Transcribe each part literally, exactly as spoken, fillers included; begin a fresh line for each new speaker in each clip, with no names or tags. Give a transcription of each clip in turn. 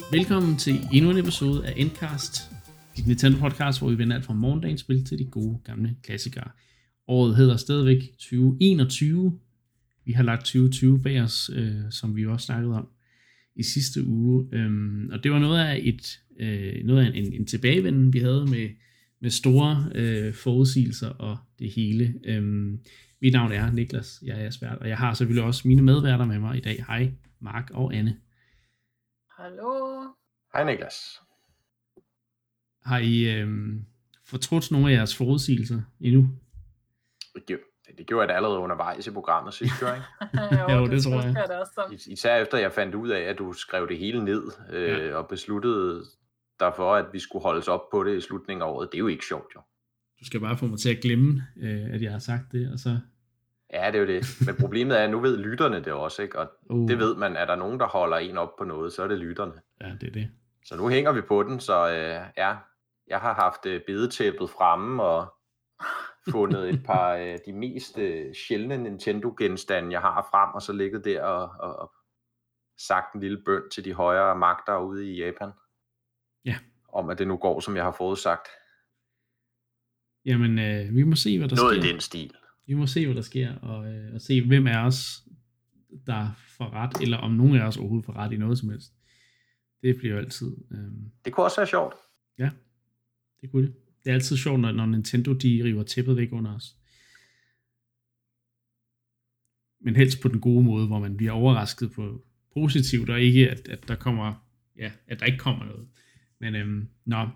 Velkommen til endnu en episode af Endcast, dit Nintendo podcast, hvor vi vender alt fra morgendagens spil til de gode gamle klassikere. Året hedder stadigvæk tyve enogtyve. Vi har lagt tyve tyve bag os, øh, som vi også snakkede om i sidste uge. Øhm, og det var noget af et øh, noget af en, en tilbagevenden, vi havde med, med store øh, forudsigelser og det hele. Øhm, mit navn er Niklas, jeg er svært, og jeg har selvfølgelig også mine medværter med mig i dag. Hej, Mark og Anne.
Hallo.
Hej Niklas.
Har I øh, fortrudt nogle af jeres forudsigelser endnu?
Det, det gjorde jeg da allerede undervejs i programmet sidste gang,
ikke? jo, jo, det, det tror jeg.
Det også
Især efter jeg fandt ud af, at du skrev det hele ned, øh, ja. og besluttede derfor, at vi skulle holdes op på det i slutningen af året. Det er jo ikke sjovt, jo.
Du skal bare få mig til at glemme, øh, at jeg har sagt det, og så...
Ja, det er jo det. Men problemet er, at nu ved lytterne det også, ikke? Og uh. det ved man, at der er nogen, der holder en op på noget, så er det lytterne.
Ja, det er det.
Så nu hænger vi på den, så øh, ja, jeg har haft øh, bedetæppet fremme og fundet et par af øh, de mest øh, sjældne Nintendo-genstande, jeg har frem, og så ligget der og, og, og sagt en lille bøn til de højere magter ude i Japan.
Ja.
Om at det nu går, som jeg har forudsagt.
Jamen, øh, vi må se, hvad der
Noget
sker.
Noget i den stil.
Vi må se, hvad der sker, og, øh, og se, hvem af os, der får ret, eller om nogen af os overhovedet får ret i noget som helst. Det bliver jo altid... Øh...
Det kunne også være sjovt.
Ja, det kunne det. Det er altid sjovt, når, når Nintendo de river tæppet væk under os. Men helst på den gode måde, hvor man bliver overrasket på positivt, og ikke at, at der kommer, ja, at der ikke kommer noget. Men øhm, nå.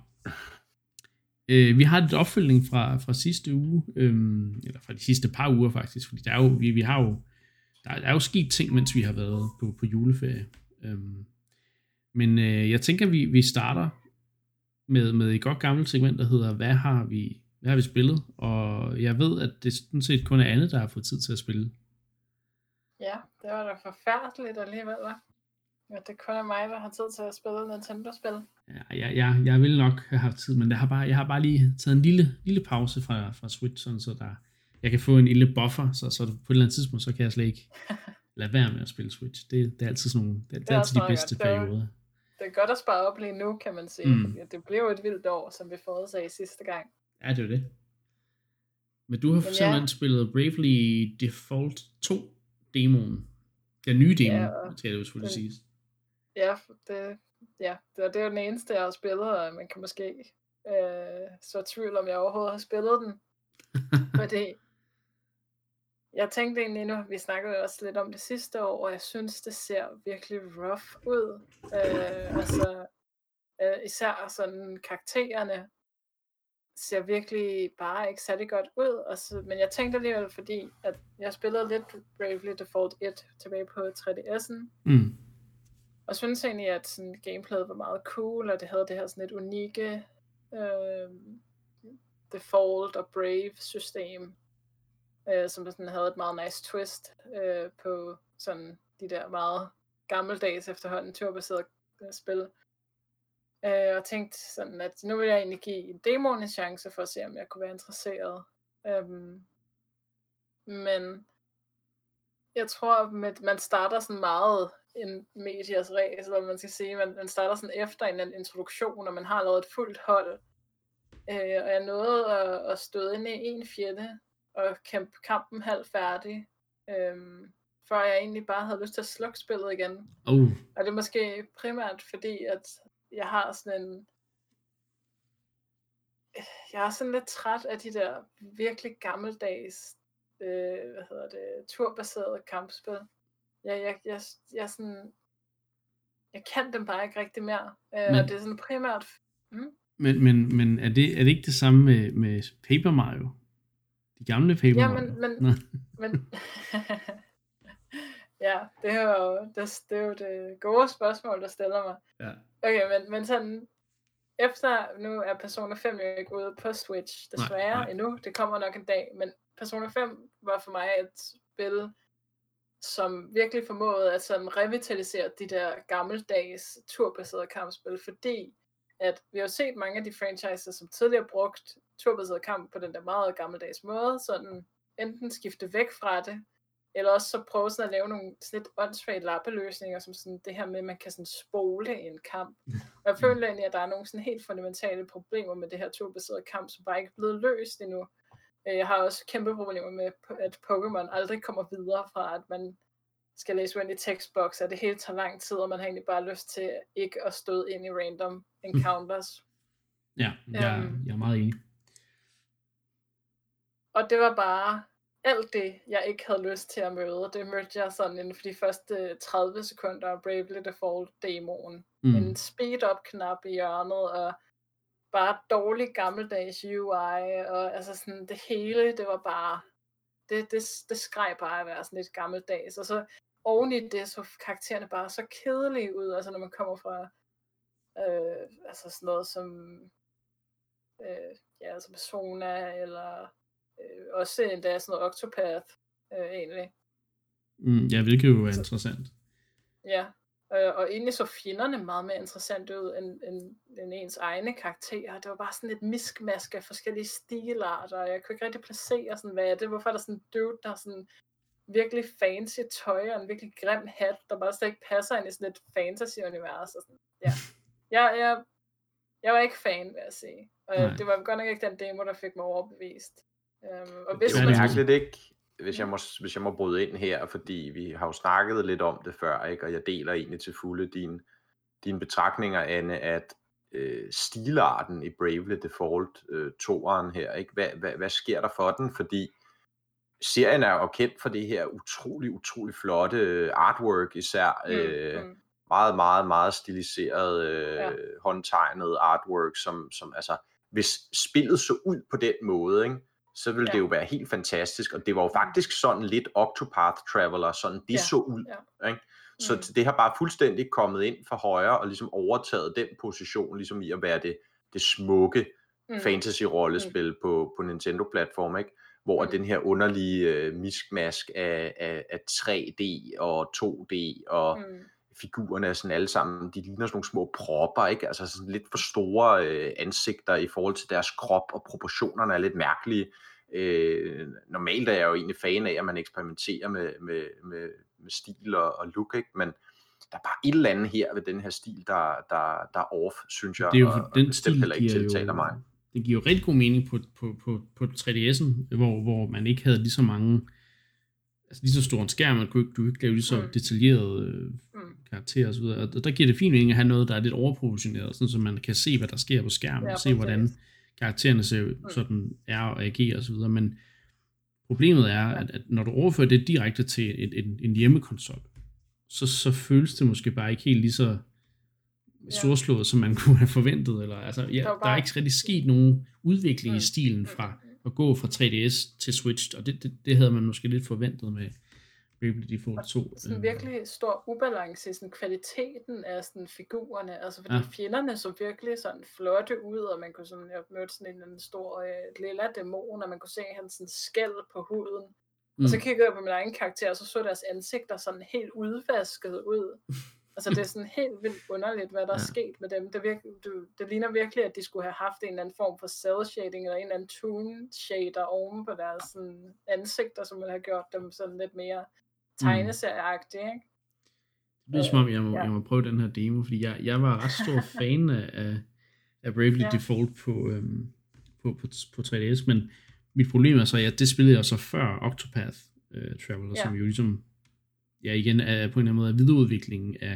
Øh, vi har et opfølgning fra, fra sidste uge, øhm, eller fra de sidste par uger faktisk, fordi der er jo, vi, vi har jo, der er jo sket ting, mens vi har været på, på juleferie. Øhm, men øh, jeg tænker, vi, vi starter med, med et godt gammelt segment, der hedder, hvad har vi, hvad har vi spillet? Og jeg ved, at det sådan set kun er Anne, der har fået tid til at spille.
Ja, det var da forfærdeligt alligevel, hva'? Ja, det kun er mig, der har tid til at spille Nintendo-spil.
Ja, jeg, jeg, jeg ville nok have haft tid, men det har bare, jeg har bare lige taget en lille, lille pause fra, fra Switch, sådan, så der, jeg kan få en lille buffer, så, så på et eller andet tidspunkt, så kan jeg slet ikke lade være med at spille Switch. Det, det er altid sådan nogle, det, det er altid de bedste perioder.
Det er godt at spare op lige nu, kan man sige. Mm. Det blev jo et vildt år, som vi forudsagde sidste gang.
Ja, det er det. Men du har for simpelthen ja. spillet Bravely Default to demoen. Den nye demo, ja, skal det jo selvfølgelig den, siges.
Ja, det, ja det, det er jo den eneste, jeg har spillet, og man kan måske øh, så tvivl, om jeg overhovedet har spillet den. Fordi jeg tænkte egentlig nu, vi snakkede også lidt om det sidste år, og jeg synes, det ser virkelig rough ud. Øh, altså, øh, især sådan karaktererne ser virkelig bare ikke særlig godt ud. Og så, men jeg tænkte alligevel, fordi at jeg spillede lidt Bravely Default et tilbage på tre D S'en.
Mm.
Og synes egentlig, at sådan, gameplayet var meget cool, og det havde det her sådan et unikke øh, Default og Brave system. Øh, som sådan havde et meget nice twist øh, på sådan de der meget gammeldags efterhånden turbaserede øh, spil. Øh, og tænkte sådan, at nu vil jeg egentlig give demoen en chance for at se, om jeg kunne være interesseret. Øhm, men jeg tror, at man starter sådan meget en medias res, eller man skal sige, man, man starter sådan efter en, en introduktion, og man har lavet et fuldt hold. Øh, og jeg nåede at, at støde ind i en fjende, og kæmpe kampen halvt færdig, øhm, før jeg egentlig bare havde lyst til at slukke spillet igen.
Uh.
Og det er måske primært fordi, at jeg har sådan en... Jeg er sådan lidt træt af de der virkelig gammeldags, øh, hvad hedder det, turbaserede kampspil. Jeg, jeg, jeg, jeg, sådan, jeg kan dem bare ikke rigtig mere. Øh, men, og det er sådan primært... Hmm?
Men, men, men er, det, er det ikke det samme med, med Paper Mario? De gamle Paper
ja,
Mario?
Men, men, men ja, det er, jo, det, det er jo det gode spørgsmål, der stiller mig.
Ja.
Okay, men, men sådan, efter nu er Persona fem jo ikke ude på Switch, desværre nej, nej. endnu. Det kommer nok en dag, men Persona fem var for mig et spil, som virkelig formåede at sådan revitalisere de der gammeldags turbaserede kampspil, fordi at vi har set mange af de franchises, som tidligere brugt turbaseret kamp på den der meget gammeldags måde, sådan enten skifte væk fra det, Eller også så prøve sådan at lave nogle sådan lidt åndssvage lappeløsninger, som sådan det her med, at man kan sådan spole en kamp. Og jeg føler egentlig, at der er nogle sådan helt fundamentale problemer med det her turbaserede kamp, som bare ikke er blevet løst endnu. Jeg har også kæmpe problemer med, at Pokémon aldrig kommer videre fra, at man skal læse ind i tekstboks, at det hele tager lang tid, og man har egentlig bare lyst til ikke at støde ind i random encounters.
Ja, jeg, um, jeg er meget enig.
Og det var bare alt det, jeg ikke havde lyst til at møde. Det mødte jeg sådan inden for de første tredive sekunder af Bravely Default-demoen. Mm. En speed-up-knap i hjørnet, og bare dårlig gammeldags U I, og altså sådan det hele, det var bare, det, det, det skreg bare at være sådan lidt gammeldags. Og så oven i det, så karaktererne bare så kedelige ud, altså når man kommer fra, øh, altså sådan noget som, øh, ja, altså Persona, eller øh, også endda sådan noget Octopath, øh, egentlig.
Mm, ja, hvilket jo er så, interessant.
Ja, øh, og egentlig så fjenderne meget mere interessant ud, end, end, end ens egne karakterer. Det var bare sådan et miskmask af forskellige stilarter, og jeg kunne ikke rigtig placere sådan, hvad er det, hvorfor er der sådan en dude, der har sådan virkelig fancy tøj, og en virkelig grim hat, der bare slet ikke passer ind i sådan et fantasy-univers, og sådan, ja. Jeg, jeg, jeg var ikke fan, vil jeg sige. Og Nej. Det var godt nok ikke den demo, der fik mig overbevist. Um, og hvis
det er
man...
mærkeligt ikke, hvis jeg, må, hvis jeg må bryde ind her, fordi vi har jo snakket lidt om det før, ikke? Og jeg deler egentlig til fulde dine din betragtninger, Anne, at øh, stilarten i Bravely Default øh, toeren her, ikke? Hvad, hvad, hvad sker der for den? Fordi serien er jo kendt for det her utrolig, utrolig flotte artwork, især øh, mm. meget, meget, meget stiliseret, øh, ja. håndtegnet artwork, som, som altså, hvis spillet så ud på den måde, ikke? Så ville ja. det jo være helt fantastisk, og det var jo faktisk sådan lidt Octopath Traveler, sådan det ja. så ud, ja. ikke? Så mm. det har bare fuldstændig kommet ind for højre, og ligesom overtaget den position, ligesom i at være det, det smukke mm. fantasy-rollespil mm. på, på Nintendo-platform, ikke? Hvor mm. den her underlige uh, miskmask af, af, af tre D og to D, og mm. figurerne er sådan alle sammen, de ligner sådan nogle små propper, ikke? Altså sådan lidt for store øh, ansigter i forhold til deres krop, og proportionerne er lidt mærkelige. Øh, normalt er jeg jo egentlig fan af, at man eksperimenterer med, med, med, med stil og, og look, ikke? Men der er bare et eller andet her ved den her stil, der, der, der er off, synes jeg,
det er jo,
og,
den
og
stil
heller ikke tiltaler
jo,
mig.
Det giver jo rigtig god mening på, på, på, på tre D S'en, hvor, hvor man ikke havde lige så mange, altså lige så stor en skærm, man kunne ikke, du kunne ikke lave lige så mm. detaljerede øh, mm. karakterer og så videre. Og der giver det fint mening at have noget, der er lidt overproportioneret, sådan så man kan se, hvad der sker på skærmen, ja, se hvordan karaktererne ser ud, mm. sådan er og agerer og så videre. Men problemet er, ja. at, at når du overfører det direkte til en, en, en hjemmekonsol, så, så føles det måske bare ikke helt lige så storslået, ja. som man kunne have forventet. Eller, altså, ja, der, bare... der er ikke rigtig sket nogen udvikling mm. i stilen fra at gå fra tre D S til Switch, og det, det, det havde man måske lidt forventet med Bravely Default to.
Sådan virkelig stor ubalance i sådan kvaliteten af sådan figurerne, altså fordi ja. fjenderne så virkelig sådan flotte ud, og man kunne sådan, jeg mødte sådan en, en stor øh, lilla dæmon, og man kunne se hans sådan skæld på huden. Mm. Og så kiggede jeg på min egen karakter, og så så deres ansigter sådan helt udvasket ud. Altså det er sådan helt vildt underligt, hvad der ja. er sket med dem. Det, virke, det, det ligner virkelig, at de skulle have haft en eller anden form for cell shading, eller en eller anden tune shader oven på deres sådan, ansigter, som ville have gjort dem sådan lidt mere tegneserieagtige, ikke?
Det lyder som om, jeg må, ja. jeg må prøve den her demo, fordi jeg, jeg var ret stor fan af, af Bravely ja. Default på, øhm, på, på, på tre D S, men mit problem er så, at det spillede jeg så før Octopath øh, Traveler, ja. som jo ligesom ja, igen er på en eller anden måde videreudviklingen af,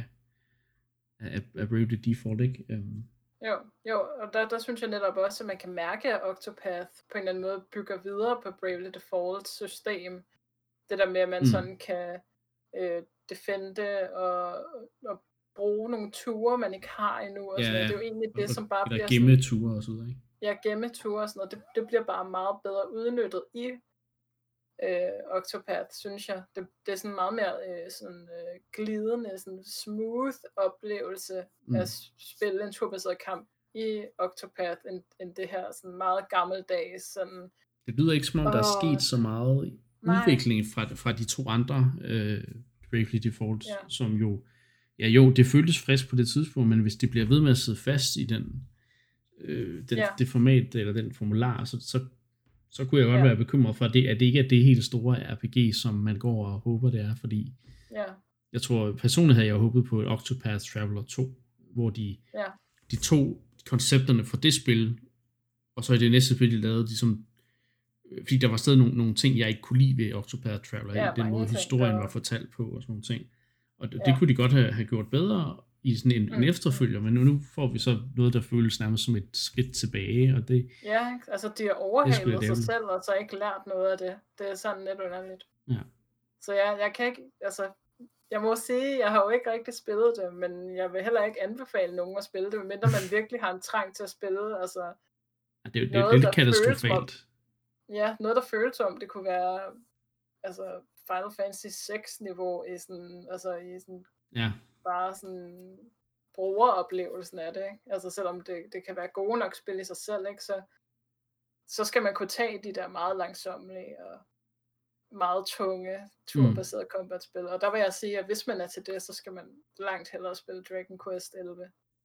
af, af Bravely Default, ikke? Um.
Jo, jo, og der, der synes jeg netop også, at man kan mærke, at Octopath på en eller anden måde bygger videre på Bravely Default system. Det der med, at man mm. sådan kan øh, defende og, og bruge nogle ture, man ikke har endnu. Og
ja,
sådan. Det er jo egentlig det, som bare bliver
sådan... gemme-ture og sådan noget, ikke?
Ja, gemme-ture og sådan noget. Det, det bliver bare meget bedre udnyttet i øh, Octopath, synes jeg. Det, det er sådan meget mere øh, sådan, øh, glidende, sådan smooth oplevelse mm. at spille en turbaseret kamp i Octopath, end, end det her sådan meget gammeldags. Sådan,
det lyder ikke som om, og... der er sket så meget udvikling fra, fra de to andre øh, Bravely Default, ja. som jo, ja jo, det føltes frisk på det tidspunkt, men hvis det bliver ved med at sidde fast i den, øh, den ja. det format, eller den formular, så, så så kunne jeg godt
Ja.
være bekymret for, at det, at det ikke er det helt store R P G, som man går og håber, det er, fordi
Ja,
jeg tror, personligt havde jeg jo håbet på et Octopath Traveler to, hvor de,
ja,
de to koncepterne fra det spil, og så i det næste spil, de lavede, de som, fordi der var stadig nogle, nogle ting, jeg ikke kunne lide ved Octopath Traveler,
Ja,
ja, den
mange
måde
ting,
historien
der-
var fortalt på, og sådan nogle ting. Og det,
Ja.
det kunne de godt have, have gjort bedre i sådan en, en
Mm.
efterfølger, men nu, nu får vi så noget, der føles nærmest som et skridt tilbage, og det,
ja, ikke? Altså de har
Det er sgu
overhalet
lidt
sig
ærgerligt.
selv, og så ikke lært noget af det. Det er sådan lidt underligt.
ja.
Så jeg, jeg kan ikke, altså, jeg må sige, jeg har jo ikke rigtig spillet det, men jeg vil heller ikke anbefale nogen at spille det, medmindre man virkelig har en trang til at spille, altså,
Ja, det, er jo- det,
Noget,
det er
der
lidt katastrofalt.
ja, noget der føles som, det kunne være, altså, Final Fantasy seks niveau i sådan, altså i sådan,
Ja,
bare sådan, brugeroplevelsen af det, ikke? Altså selvom det, det kan være gode nok spil i sig selv, ikke, så, så skal man kunne tage de der meget langsommelige og meget tunge turbaserede mm. combat-spil, og der vil jeg sige, at hvis man er til det, så skal man langt hellere spille Dragon Quest elleve.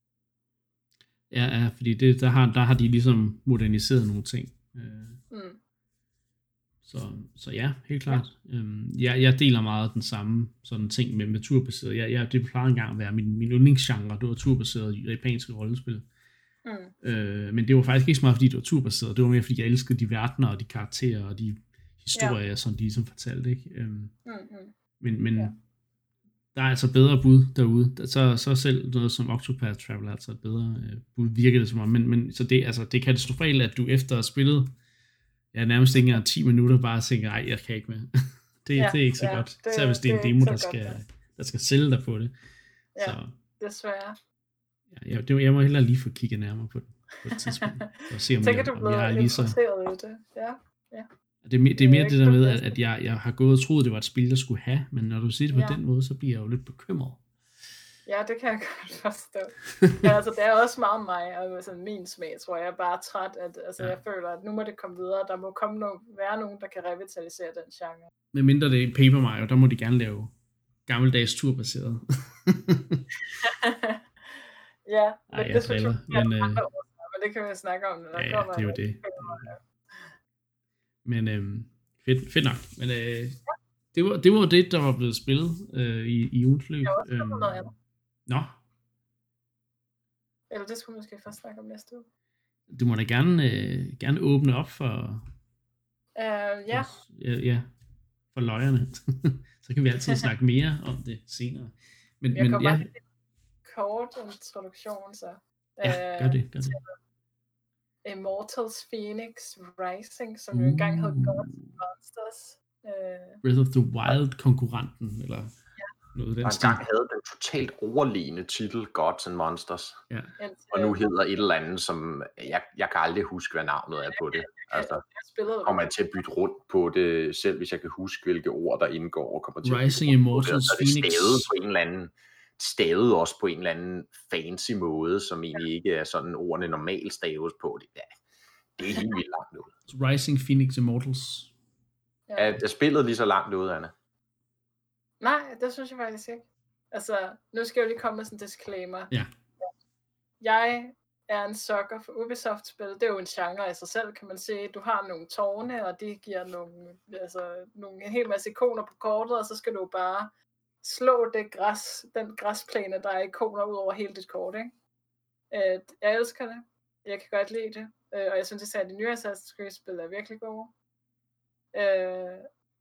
ja, ja fordi det, der, har, der har de ligesom moderniseret nogle ting. Øh,
Mm.
Så, så ja, helt klart. Ja. Øhm, jeg, jeg deler meget den samme sådan ting med, med turbaseret. Jeg, jeg, det plejer engang at være min, min yndlingsgenre, det var turbaseret japanske rollespil.
Mm.
Øh, men det var faktisk ikke så meget, fordi det var turbaseret. Det var mere, fordi jeg elskede de verdener og de karakterer og de historier, ja. som de ligesom fortalte. Ikke? Øhm,
Mm-hmm.
men men
Ja.
der er altså bedre bud derude. Så, så selv noget som Octopath Traveler er altså et bedre øh, bud, virker det som om. Men, men så det, altså, det er katastrofalt, at du efter at have spillet ja, nærmest ikke engang ti minutter bare tænker, ej, jeg kan ikke mere. det,
Ja,
det er ikke så
ja,
godt.
det-
Så hvis det er
det
en
er
demo,
ikke
der
så
skal,
godt,
der skal sælge dig på det.
Ja.
Så
Desværre.
ja, jeg, det, jeg må hellere lige få kigget nærmere på det på et tidspunkt. For at se, om,
Tænker
jeg,
du
om
blevet
jeg er lige så...
interesseret i det? Ja.
Det er, mere- det er
Det er
mere
ikke
det der
det
med, at,
bedste.
at jeg, jeg har gået og troet, det var et spil, jeg skulle have, men når du siger det på
Ja.
den måde, så bliver jeg jo lidt bekymret.
Ja, det kan jeg godt forstå. Men altså, det er også meget mig, og sådan min smag, tror jeg. Jeg er bare træt, at altså,
Ja.
jeg føler, at nu må det komme videre. Der må komme no- være nogen, der kan revitalisere den genre.
Med mindre det er Paper Mario, der må de gerne lave gammeldags turbaseret.
Ja,
Ej,
men
jeg
det synes
driller,
jeg,
men,
men,
øh,
men det kan vi snakke om, når der
Ja, ja,
kommer
det er jo
en-
det. Men øhm, fedt, fedt nok. Men øh, det, var, det var det, der var blevet spillet øh, i, i ugens løb.
Der var også kommet noget andet.
Nå,
Eller det skulle vi måske først snakke om næste uge.
du må da gerne, øh, gerne åbne op for,
Uh, ja,
for, ja, ja, for løjerne. Så kan vi altid snakke mere om det senere. Men,
jeg
men
kommer
ja,
bare til en kort introduktion, så.
ja,
Øh,
gør det, gør det.
Immortals Phoenix Rising, som jo engang hed
Uh.
Gods and Monsters. Øh,
Breath of the Wild-konkurrenten, eller noget af den
Og
stil.
engang havde den totalt overlegne titel Gods and Monsters,
Ja.
indtil,
og nu hedder et eller andet, som jeg, jeg kan aldrig huske, hvad navnet er på det. Altså,
jeg spillede
kommer jeg til at bytte rundt på det, selv hvis jeg kan huske, hvilke ord der indgår, og kommer til
Rising
at bytte rundt på det,
Immortals
og så er det
Phoenix.
stavet på en eller anden stavet også på en eller anden fancy måde, som egentlig ikke er sådan ordene normalt staves på. Det, ja, det er helt vildt langt ud.
Rising Phoenix Immortals.
Ja.
Er, er spillet lige så langt ud, Anna?
Nej, det synes jeg faktisk ikke. Altså, nu skal jeg jo lige komme med sådan en disclaimer.
Ja.
Jeg er en sucker for Ubisoft-spil. Det er jo en genre i sig selv, kan man sige. Du har nogle tårne, og de giver nogle, altså, nogle, en hel masse ikoner på kortet, og så skal du bare slå det græs, den græsplæne, der er ikoner ud over hele dit kort, ikke? Øh, jeg elsker det. Jeg kan godt lide det. Øh, og jeg synes især, at de nye Assassin's Creed-spil er virkelig gode. Øh,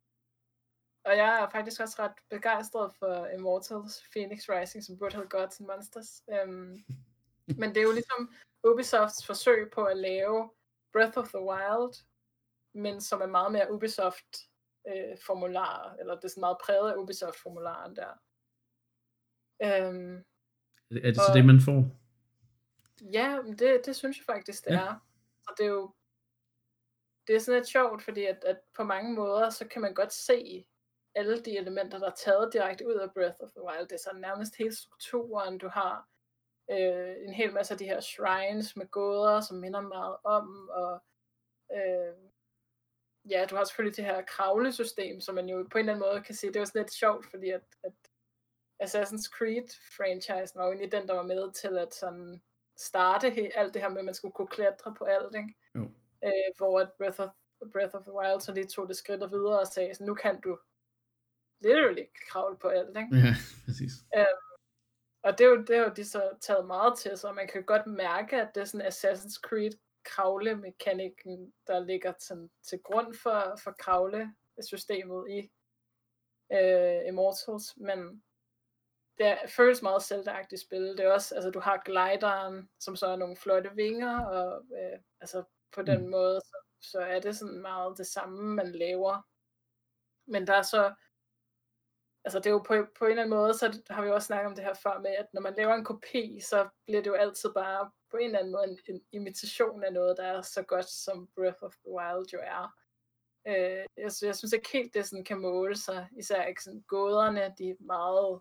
og jeg er faktisk også ret begejstret for Immortals Phoenix Rising, som burde hedde Gods and Monsters. Øhm, men det er jo ligesom Ubisofts forsøg på at lave Breath of the Wild, men som er meget mere Ubisoft-formularer, eller det er sådan meget præget af Ubisoft-formularen der. Øhm,
Er det så
Og-
det, man får?
Ja, men det, det synes jeg faktisk, det
Ja.
er. Og det er jo det er sådan lidt sjovt, fordi at, at på mange måder, så kan man godt se alle de elementer, der er taget direkte ud af Breath of the Wild. Det er sådan nærmest hele strukturen. Du har øh, en hel masse af de her shrines med gåder, som minder meget om, og øh, ja, du har selvfølgelig det her kravlesystem, som man jo på en eller anden måde kan sige, det er jo sådan lidt sjovt, fordi at, at Assassin's Creed-franchisen var jo egentlig den, der var med til at sådan starte he- alt det her med, at man skulle kunne klatre på alt, ikke?
Jo.
Øh, hvor at Breath of, Breath of the Wild, så de tog det skridt og videre og sagde, så nu kan du literally kravle på alt, ikke?
Ja, præcis.
Øhm, og det er, jo, det er jo de så taget meget til, så man kan godt mærke, at det er sådan Assassin's Creed kravlemekanikken, der ligger til, til grund for, for kravlesystemet i øh, Immortals, men det er, føles meget Zelda-agtigt spil. Det er også, altså du har glideren, som så er nogle flotte vinger, og øh, altså på den mm. måde, så, så er det sådan meget det samme, man laver. Men der er så, altså det er jo på, på en eller anden måde, så har vi jo også snakket om det her før med, at når man laver en kopi, så bliver det jo altid bare på en eller anden måde en, en imitation af noget, der er så godt, som Breath of the Wild jo er. Øh, jeg, jeg synes ikke helt, det sådan kan måle sig, især ikke sådan gåderne, de er meget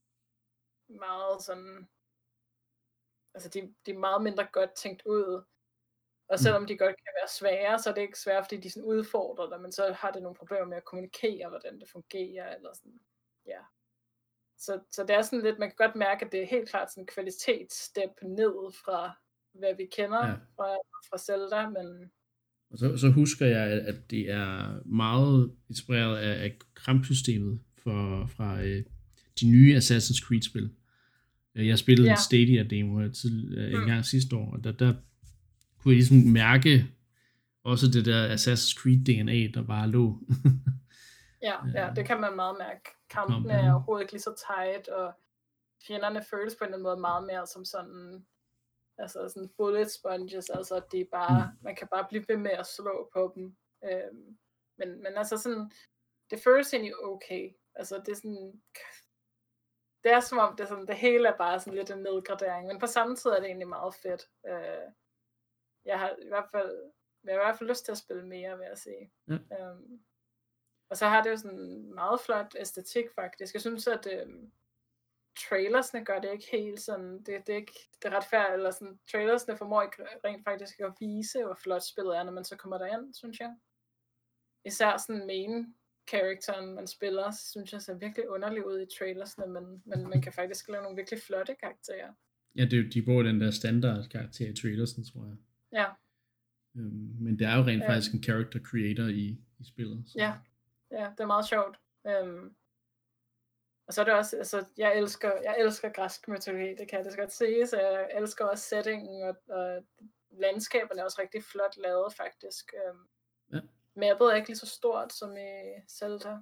meget sådan, altså de, de er meget mindre godt tænkt ud, og selvom de godt kan være svære, så er det ikke svært, fordi de sådan udfordrer dig, men så har det nogle problemer med at kommunikere, hvordan det fungerer, eller sådan, ja. Så, så det er sådan lidt, man kan godt mærke, at det er helt klart sådan en kvalitetsstep ned fra, hvad vi kender ja. fra, fra Zelda, men...
Og så, så husker jeg, at det er meget inspireret af, af kampsystemet for, fra øh, de nye Assassin's Creed-spil. Jeg spillede ja. en Stadia-demo til, øh, en mm. gang sidste år, og der, der kunne jeg ligesom mærke også det der Assassin's Creed D N A, der bare lå.
ja, ja, det kan man meget mærke. Kampene er overhovedet ikke lige så tight, og fjenderne føles på en eller anden måde meget mere som sådan, altså sådan bullet sponges, altså at de bare, mm. man kan bare blive ved med at slå på dem. Øhm, men, men altså sådan, det føles egentlig okay. Altså det er sådan, det er som om det, er sådan, det hele er bare sådan lidt en nedgradering, men på samme tid er det egentlig meget fedt. Øh, jeg har i hvert fald, jeg har i hvert fald lyst til at spille mere, vil jeg sige. Ja. Øhm, og så har det jo sådan meget flot æstetik faktisk. Jeg synes, at øhm, trailersne gør det ikke helt sådan, det, det er ikke det er retfærdigt, eller sådan, trailersne formår ikke rent faktisk at vise, hvor flot spillet er, når man så kommer derind, synes jeg. Især sådan main characteren, man spiller, synes jeg ser virkelig underlig ud i trailersne, men, men man kan faktisk lave nogle virkelig flotte karakterer.
Ja, det, de bruger den der standard karakter i trailersen, tror jeg.
Ja.
Øhm, men det er jo rent faktisk en character creator i, i spillet. Så.
Ja. Ja, det er meget sjovt. Øhm, og så er det også, altså, jeg elsker, jeg elsker græsk mytologi, det kan jeg det godt sige, så jeg elsker også settingen, og, og landskaberne er også rigtig flot lavet, faktisk. Øhm, ja. Mappet er ikke lige så stort som i Zelda.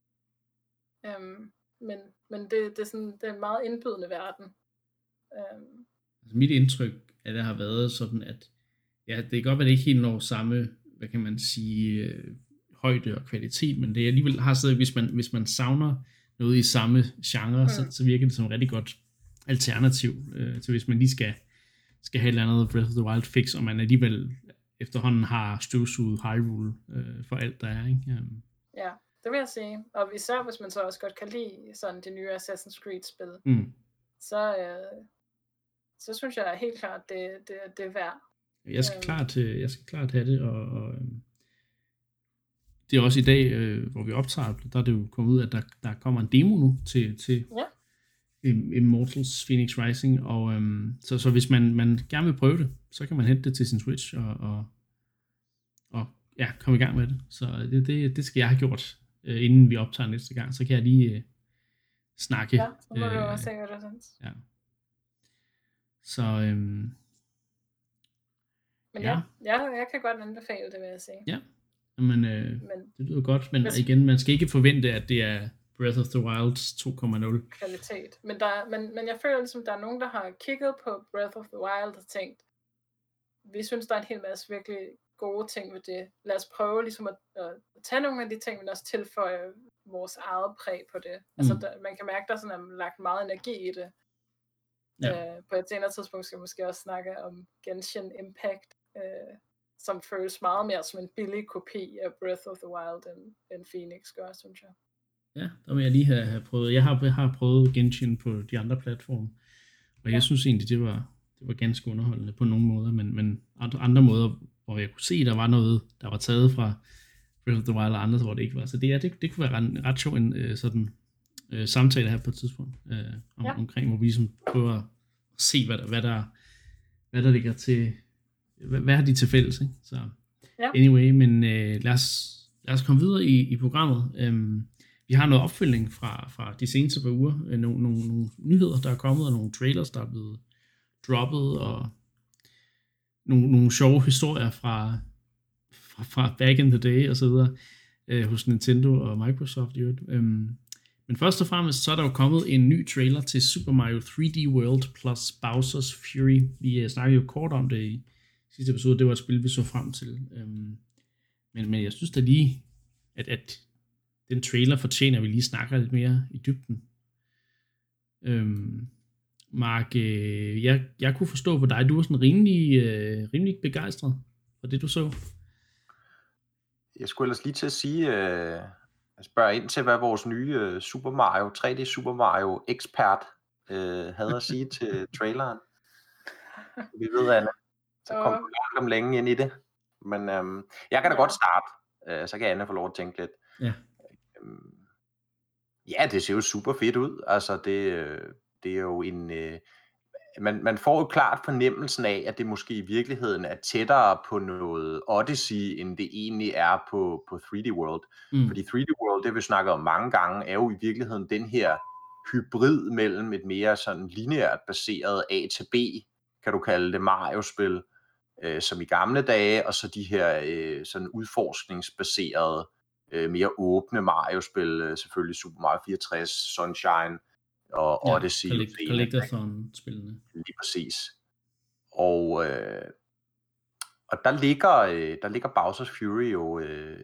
Øhm, men men det, det, er sådan, det er en meget indbydende verden. Øhm.
Altså mit indtryk af det har været sådan, at ja, det kan godt være, det ikke helt når samme, hvad kan man sige, øh, højde og kvalitet, men det er alligevel har så, hvis man, hvis man savner noget i samme genre, mm. så, så virker det som et rigtig godt alternativ øh, til hvis man lige skal, skal have et eller andet Breath of the Wild fix, og man alligevel efterhånden har støvsuget Hyrule øh, for alt der er, ikke? Um.
Ja, det vil jeg sige. Og især hvis man så også godt kan lide sådan de nye Assassin's Creed-spil,
mm.
så, øh, så synes jeg helt klart, det, det, det er værd.
Jeg skal, um. klart, jeg skal klart have det, og, og det er også i dag, øh, hvor vi optager, der er det jo kommet ud, at der, der kommer en demo nu til, til
ja.
Immortals Phoenix Rising, og øhm, så, så hvis man, man gerne vil prøve det, så kan man hente det til sin Switch, og, og, og ja, komme i gang med det. Så det, det, det skal jeg have gjort, øh, inden vi optager næste gang, så kan jeg lige øh, snakke.
Ja, så må øh, du også se, hvad det synes.
Ja. Så, øhm,
Men ja, ja, jeg kan godt anbefale det, vil jeg sige.
Ja, men, øh, men det lyder godt, men hvis, igen, man skal ikke forvente, at det er Breath of the Wild to punkt nul.
Kvalitet. Men, der, men, men jeg føler ligesom, der er nogen, der har kigget på Breath of the Wild og tænkt, vi synes, der er en hel masse virkelig gode ting ved det. Lad os prøve ligesom at, at tage nogle af de ting, men også tilføje vores eget præg på det. Mm. Altså, der, man kan mærke, der sådan er lagt meget energi i det. Ja. Øh, på et senere tidspunkt skal vi måske også snakke om Genshin Impact, øh, som føles meget mere som en billig kopi af Breath of the Wild, end, end Phoenix gør, synes jeg.
Ja, der vil jeg lige have, have prøvet. Jeg har, jeg har prøvet Genshin på de andre platforme, og ja. jeg synes egentlig, det var, det var ganske underholdende på nogle måder, men, men andre, andre måder, hvor jeg kunne se, der var noget, der var taget fra Breath of the Wild og andre, hvor det ikke var. Så det, ja, det, det kunne være ret, ret sjov en øh, sådan, øh, samtale her på et tidspunkt, øh, om, ja. omkring, hvor vi ligesom prøver at se, hvad der, hvad der, hvad der ligger til, hvad, hvad har de til fælles, ikke? Så
Ja.
Anyway, men øh, lad, os, lad os komme videre i, i programmet. Øhm, vi har noget opfølgning fra, fra de seneste par uger. Øh, nogle, nogle, nogle nyheder, der er kommet, og nogle trailers, der er blevet droppet, og nogle, nogle sjove historier fra, fra, fra back in the day, og så videre, øh, hos Nintendo og Microsoft. Øhm, men først og fremmest, så er der jo kommet en ny trailer til Super Mario tre D World plus Bowser's Fury. Vi uh, snakkede jo kort om det i sidste episode. Det var et spil, vi så frem til. Øhm, men, men jeg synes da lige, at, at den trailer fortjener, at vi lige snakker lidt mere i dybden. Øhm, Mark, øh, jeg, jeg kunne forstå på dig, du var sådan rimelig, øh, rimelig begejstret for det, du så.
Jeg skulle ellers lige til at sige, øh, spørge ind til, hvad vores nye øh, Super Mario, tre D Super Mario ekspert øh, havde at sige til traileren. Vi ved, Anna, så kom du langt om længe ind i det. Men øhm, jeg kan da godt starte, øh, så kan Anna få lov at tænke lidt.
Ja.
Øhm, ja, det ser jo super fedt ud. Altså, det, det er jo en... Øh, man, man får jo klart fornemmelsen af, at det måske i virkeligheden er tættere på noget Odyssey, end det egentlig er på, på tre D World. Mm. Fordi tre D World, det vi snakket om mange gange, er jo i virkeligheden den her hybrid mellem et mere sådan lineært baseret A til B, kan du kalde det, Mario-spil, øh, som i gamle dage, og så de her øh, sådan udforskningsbaserede, øh, mere åbne Mario-spil, øh, selvfølgelig Super Mario fireogtres, Sunshine og
ja,
Odyssey.
Collectathon-spillene.
Lige præcis. Og, øh, og der ligger, øh, der ligger Bowser's Fury jo, øh,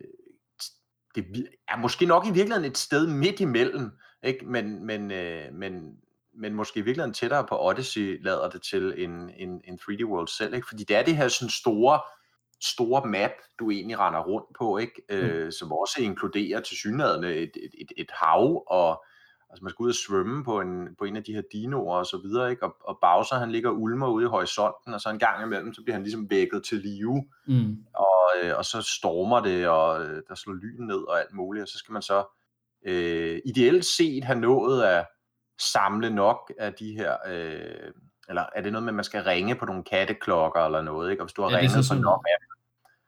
det er måske nok i virkeligheden et sted midt imellem, ikke? Men, men, øh, men, men måske i virkeligheden tættere på Odyssey lader det til en, en, en tre D World selv, ikke? Fordi det er det her sådan store, store map, du egentlig render rundt på, ikke? Øh, mm. Som også inkluderer tilsyneladende et, et, et, et hav, og altså man skal ud og svømme på en, på en af de her dinoer og så videre, ikke? Og, og Bowser, han ligger og ulmer ude i horisonten, og så en gang imellem, så bliver han ligesom vækket til live, mm. og, øh, og så stormer det, og øh, der slår lyn ned og alt muligt, og så skal man så øh, ideelt set have nået at samle nok af de her, øh, eller er det noget med, at man skal ringe på nogle katteklokker eller noget, ikke? Og hvis du har ja, ringet på nok af dem,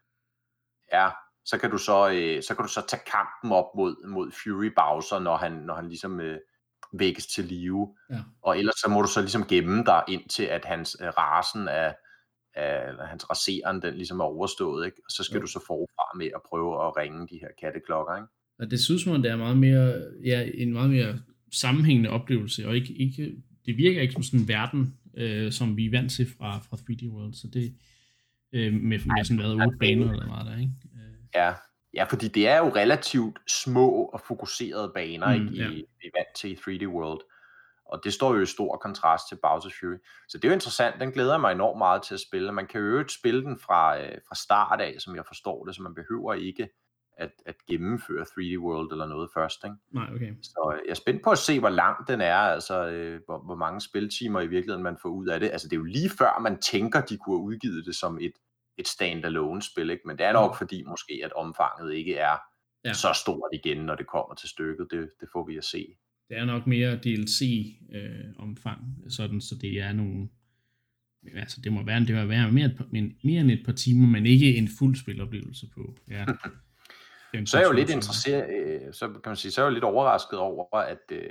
ja, så kan du så, øh, så kan du så tage kampen op mod, mod Fury Bowser, når han, når han ligesom øh, vækkes til live. Ja. Og ellers så må du så ligesom gemme dig indtil, at hans øh, rasen af, af eller hans raseren, den ligesom er overstået, ikke? Og så skal ja. du så forfra med at prøve at ringe de her katteklokker, ikke?
Og det synes man, det er meget mere, ja, en meget mere sammenhængende oplevelse, og ikke, ikke, det virker ikke som sådan en verden, øh, som vi er vant til fra, fra tre D World, så det øh, med, med sådan været otte baner eller meget der, ikke?
Ja, ja, fordi det er jo relativt små og fokuserede baner, mm, ikke, ja. i, i vant til i tre D World. Og det står jo i stor kontrast til Bowser's Fury. Så det er jo interessant, den glæder mig enormt meget til at spille. Man kan jo ikke spille den fra, øh, fra start af, som jeg forstår det, så man behøver ikke at, at gennemføre tre D World eller noget først, ikke?
Nej, okay.
Så øh, jeg er spændt på at se, hvor lang den er, altså øh, hvor, hvor mange spiltimer i virkeligheden man får ud af det. Altså det er jo lige før, man tænker, de kunne have udgivet det som et et standalone spil, ikke? Men det er nok ja. fordi måske, at omfanget ikke er ja. så stort igen, når det kommer til stykket. Det, det får vi at se.
Det er nok mere D L C-omfang, øh, sådan, så det er nogle... Altså, det må være, det må være mere, et par, mere end et par timer, men ikke en fuld spiloplevelse på. Ja.
Så er jeg jo lidt interesseret, øh, så kan man sige, så er jeg jo lidt overrasket over, at, øh,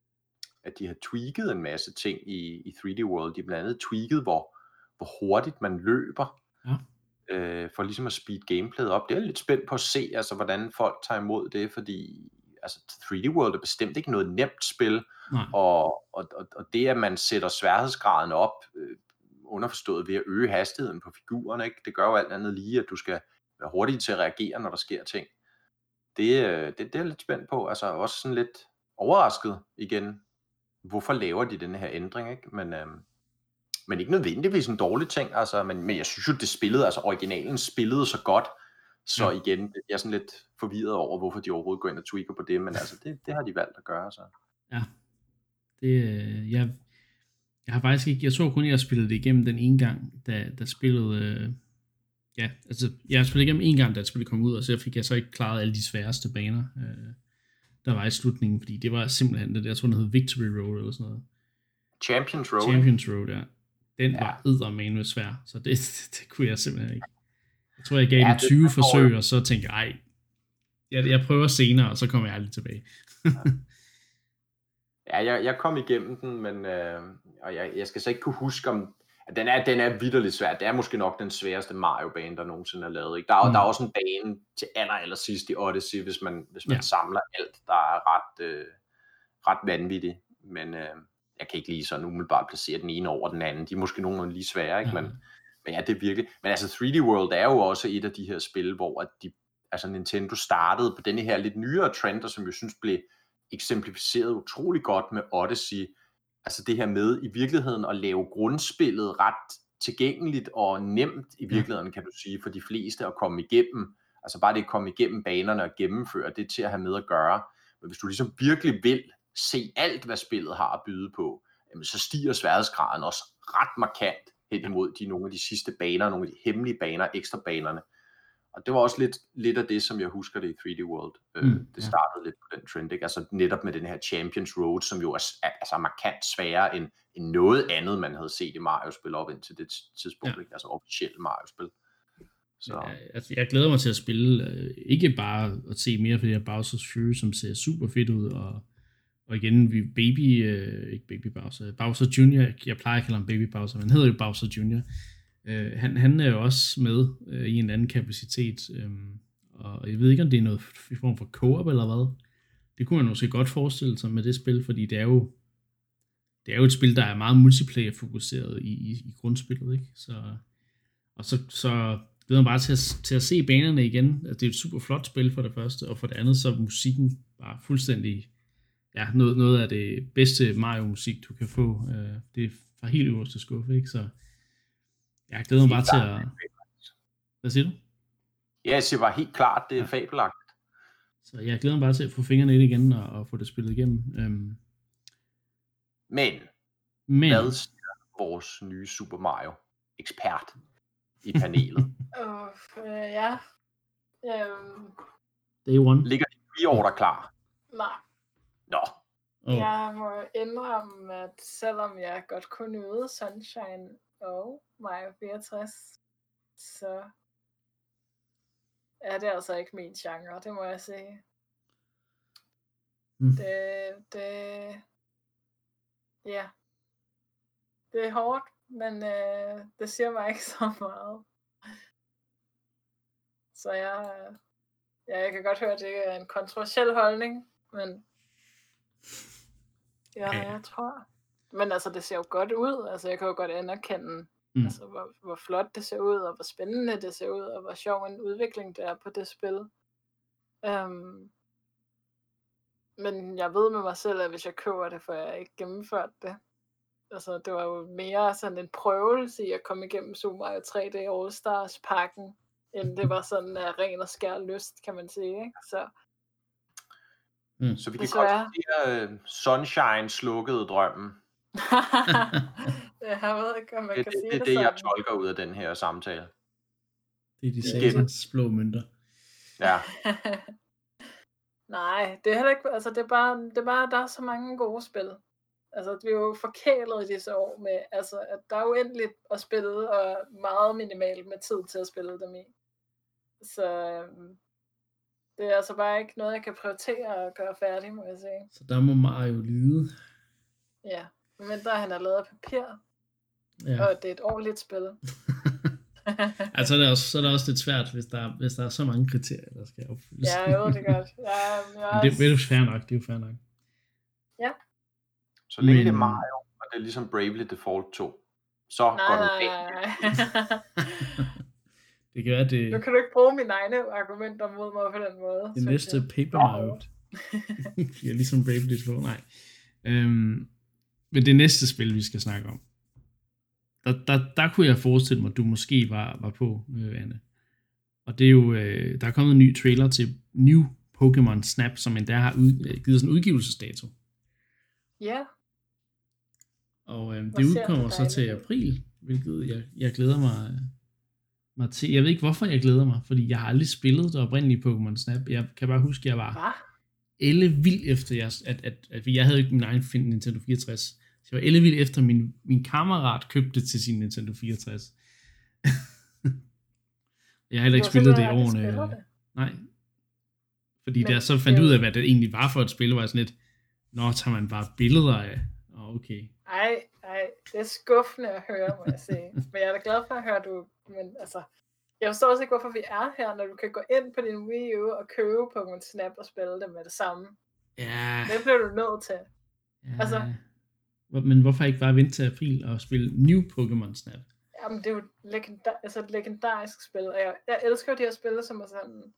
at de har tweaked en masse ting i, i tre D World. De har blandt andet tweaked, hvor, hvor hurtigt man løber. Ja. Øh, for ligesom at speed gameplayet op. Det er lidt spændt på at se, altså, hvordan folk tager imod det, fordi altså, tre D World er bestemt ikke noget nemt spil, og, og, og, og det, at man sætter sværhedsgraden op, øh, underforstået ved at øge hastigheden på figurerne, ikke? Det gør jo alt andet lige, at du skal være hurtig til at reagere, når der sker ting. Det, øh, det, det er lidt spændt på, altså også sådan lidt overrasket igen. Hvorfor laver de den her ændring, ikke? Men øh, Men ikke nødvendigvis en dårlig ting, altså, men, men jeg synes jo, det spillede, altså originalen spillede så godt, så ja. igen, jeg er sådan lidt forvirret over, hvorfor de overhovedet går ind og tweaker på det, men altså, det, det har de valgt at gøre, så.
Ja, det, jeg, jeg har faktisk ikke, jeg tror kun, jeg spillede det igennem den ene gang, da, da spillet, øh, ja, altså, jeg har spillet igennem en gang, da spillet kom ud, og så fik jeg så ikke klaret alle de sværeste baner, øh, der var i slutningen, fordi det var simpelthen det der, jeg tror, den hed Victory Road, eller sådan noget.
Champions Road.
Champions Road, ja. Den ja. var eddermane svær, så det, det, det kunne jeg simpelthen ikke. Jeg tror, jeg gav
Ja,
den
det
tyve
forstår
forsøg,
jeg.
og så tænkte jeg, ej, jeg, jeg prøver senere, og så kommer jeg aldrig tilbage.
Ja, jeg, jeg kom igennem den, men øh, og jeg, jeg skal så ikke kunne huske, om at den er, den er vitterligt svær. Det er måske nok den sværeste Mario-bane, der nogensinde er lavet. Ikke? Der, er,
Mm.
der er også en bane til aller, aller sidst i Odyssey, hvis man, hvis man
Ja.
samler alt, der er ret, øh, ret vanvittigt. Men øh, jeg kan ikke lige sådan umiddelbart placere den ene over den anden. De er måske nogenlunde lige svære, ikke?
Ja.
Men, men ja, det er virkelig. Men altså tre D World er jo også et af de her spil, hvor at de, altså Nintendo startede på denne her lidt nyere trend, og som jeg synes blev eksemplificeret utrolig godt med Odyssey. Altså det her med i virkeligheden at lave grundspillet ret tilgængeligt og nemt i virkeligheden, kan du sige, for de fleste at komme igennem. Altså bare det at komme igennem banerne og gennemføre, det er til at have med at gøre. Men hvis du ligesom virkelig vil se alt, hvad spillet har at byde på, jamen, så stiger sværhedsgraden også ret markant hen imod de, nogle af de sidste baner, nogle af de hemmelige baner, ekstra banerne. Og det var også lidt, lidt af det, som jeg husker det i tre D World.
Mm,
øh, det startede ja. lidt på den trend, ikke? Altså netop med den her Champions Road, som jo er, er altså markant sværere end, end noget andet, man havde set i Mario-spil op indtil det tidspunkt, ja. ikke? Altså officielt Mario-spil. Så.
Ja, altså, jeg glæder mig til at spille, øh, ikke bare at se mere for det her Bowser's Fury, som ser super fedt ud, og, og igen, vi Baby, øh, ikke Baby Bowser, Bowser junior, jeg plejer at kalde ham Baby Bowser, men han hedder jo Bowser junior, øh, han, han er jo også med øh, i en anden kapacitet, øh, og jeg ved ikke, om det er noget i form for co-op eller hvad. Det kunne man måske godt forestille sig med det spil, fordi det er jo det er jo et spil, der er meget multiplayer-fokuseret i, i, i grundspillet, ikke? Så, og så, så glæder mig bare til at, til at se banerne igen. Altså, det er et super flot spil for det første, og for det andet, så er musikken bare fuldstændig, ja, noget, noget af det bedste Mario-musik, du kan få. Det er fra helt øverste skuffe, ikke? Så jeg glæder mig bare til at... Hvad siger du?
Ja, jeg siger bare helt klart, det er ja. fabelagtigt.
Så jeg glæder mig bare til at få fingrene i det igen, og, og få det spillet igennem. Um,
Men,
men,
hvad siger vores nye Super Mario-ekspert i panelet?
uh, øh, ja. Um,
Day one.
Ligger de fire år der klar?
Nej.
Nå.
Oh. Jeg må indrømme, at selvom jeg godt kunne nyde Sunshine og Mario fireogtres, så er det altså ikke min genre, det må jeg sige. Mm. Det, det, ja, det er hårdt, men øh, det siger mig ikke så meget. Så jeg, ja, jeg kan godt høre, at det er en kontroversiel holdning, men ja, jeg tror. Men altså, det ser jo godt ud. Altså, jeg kan jo godt anerkende, mm. altså, hvor, hvor flot det ser ud, og hvor spændende det ser ud, og hvor sjov en udvikling det er på det spil. Um, men jeg ved med mig selv, at hvis jeg køber det, får jeg ikke gennemført det. Altså, det var jo mere sådan en prøvelse i at komme igennem Super Mario tre D All-Stars-pakken, end det var sådan uh, ren og skær lyst, kan man sige, ikke? Så,
mm. Så vi kan konstatere, uh, Sunshine slukkede drømmen.
Jeg ved ikke, om man
det,
kan
det,
sige
det.
det
Det er det, jeg
sådan.
tolker ud af den her samtale.
Det er de satans blå mønter.
Ja.
Nej, det er heller ikke, altså det er bare, det er bare, der er så mange gode spil. Altså, vi er jo forkælet i disse år med, altså, at der er uendeligt at spille, og meget minimalt med tid til at spille dem i. Så øhm, det er altså bare ikke noget, jeg kan prioritere at gøre færdig, må jeg sige.
Så der må Mario lide.
Ja, men der han er lavet af papir,
ja.
Og det er et ordentligt spil.
Altså, det er også, så er det også lidt svært, hvis der, hvis der er så mange kriterier, der skal opfyldes.
Ja, jo, det er godt. Ja,
men det, det er jo fair nok, det er jo fair nok.
Ja.
Så længe men... det er Mario, og det er ligesom Bravely Default to, så
nej,
går det
ikke. Det kan være, det...
Nu kan du ikke bruge mine egne argumenter mod mig på den måde.
Det næste jeg. Paper Mario. Det er ligesom Bravely Default, nej. Øhm, men det næste spil, vi skal snakke om, der, der, der kunne jeg forestille mig, at du måske var, var på, øh, Anne. Og det er jo, øh, der er kommet en ny trailer til New Pokémon Snap, som endda har ud, givet sådan en udgivelsesdato.
Ja.
Og øh, det udkommer så til april, hvilket jeg, jeg glæder mig, mig til. Jeg ved ikke, hvorfor jeg glæder mig, fordi jeg har aldrig spillet det oprindelige Pokémon Snap. Jeg kan bare huske, at jeg var ellevild efter, jeg, at, at, at jeg havde ikke min egen Nintendo fireogtres. Så jeg var ellevild efter, min, min kammerat købte til sin Nintendo fireogtres. Jeg har heller
Det
ikke
var
spillet
simpelthen,
det i
at jeg
årene.
spiller
øh,
det.
Nej. Fordi da
Men
jeg så
det
fandt
er
ud af,
jo...
hvad det egentlig var for et spil, var jeg sådan lidt, nå, tager man bare billeder af? Åh, okay.
Ej, ej, det er skuffende at høre, må jeg sige. Men jeg er da glad for at høre, du... Men altså, jeg forstår også ikke, hvorfor vi er her, når du kan gå ind på din Wii U og købe Pokémon Snap og spille det med det samme.
Ja,
Det bliver du nødt til. Altså,
ja. Hvor- Men hvorfor ikke bare vente til april og spille New Pokémon Snap?
jamen, det er jo legenda- altså et legendarisk spil, og jeg, jeg elsker jo de her spil, som er sådan,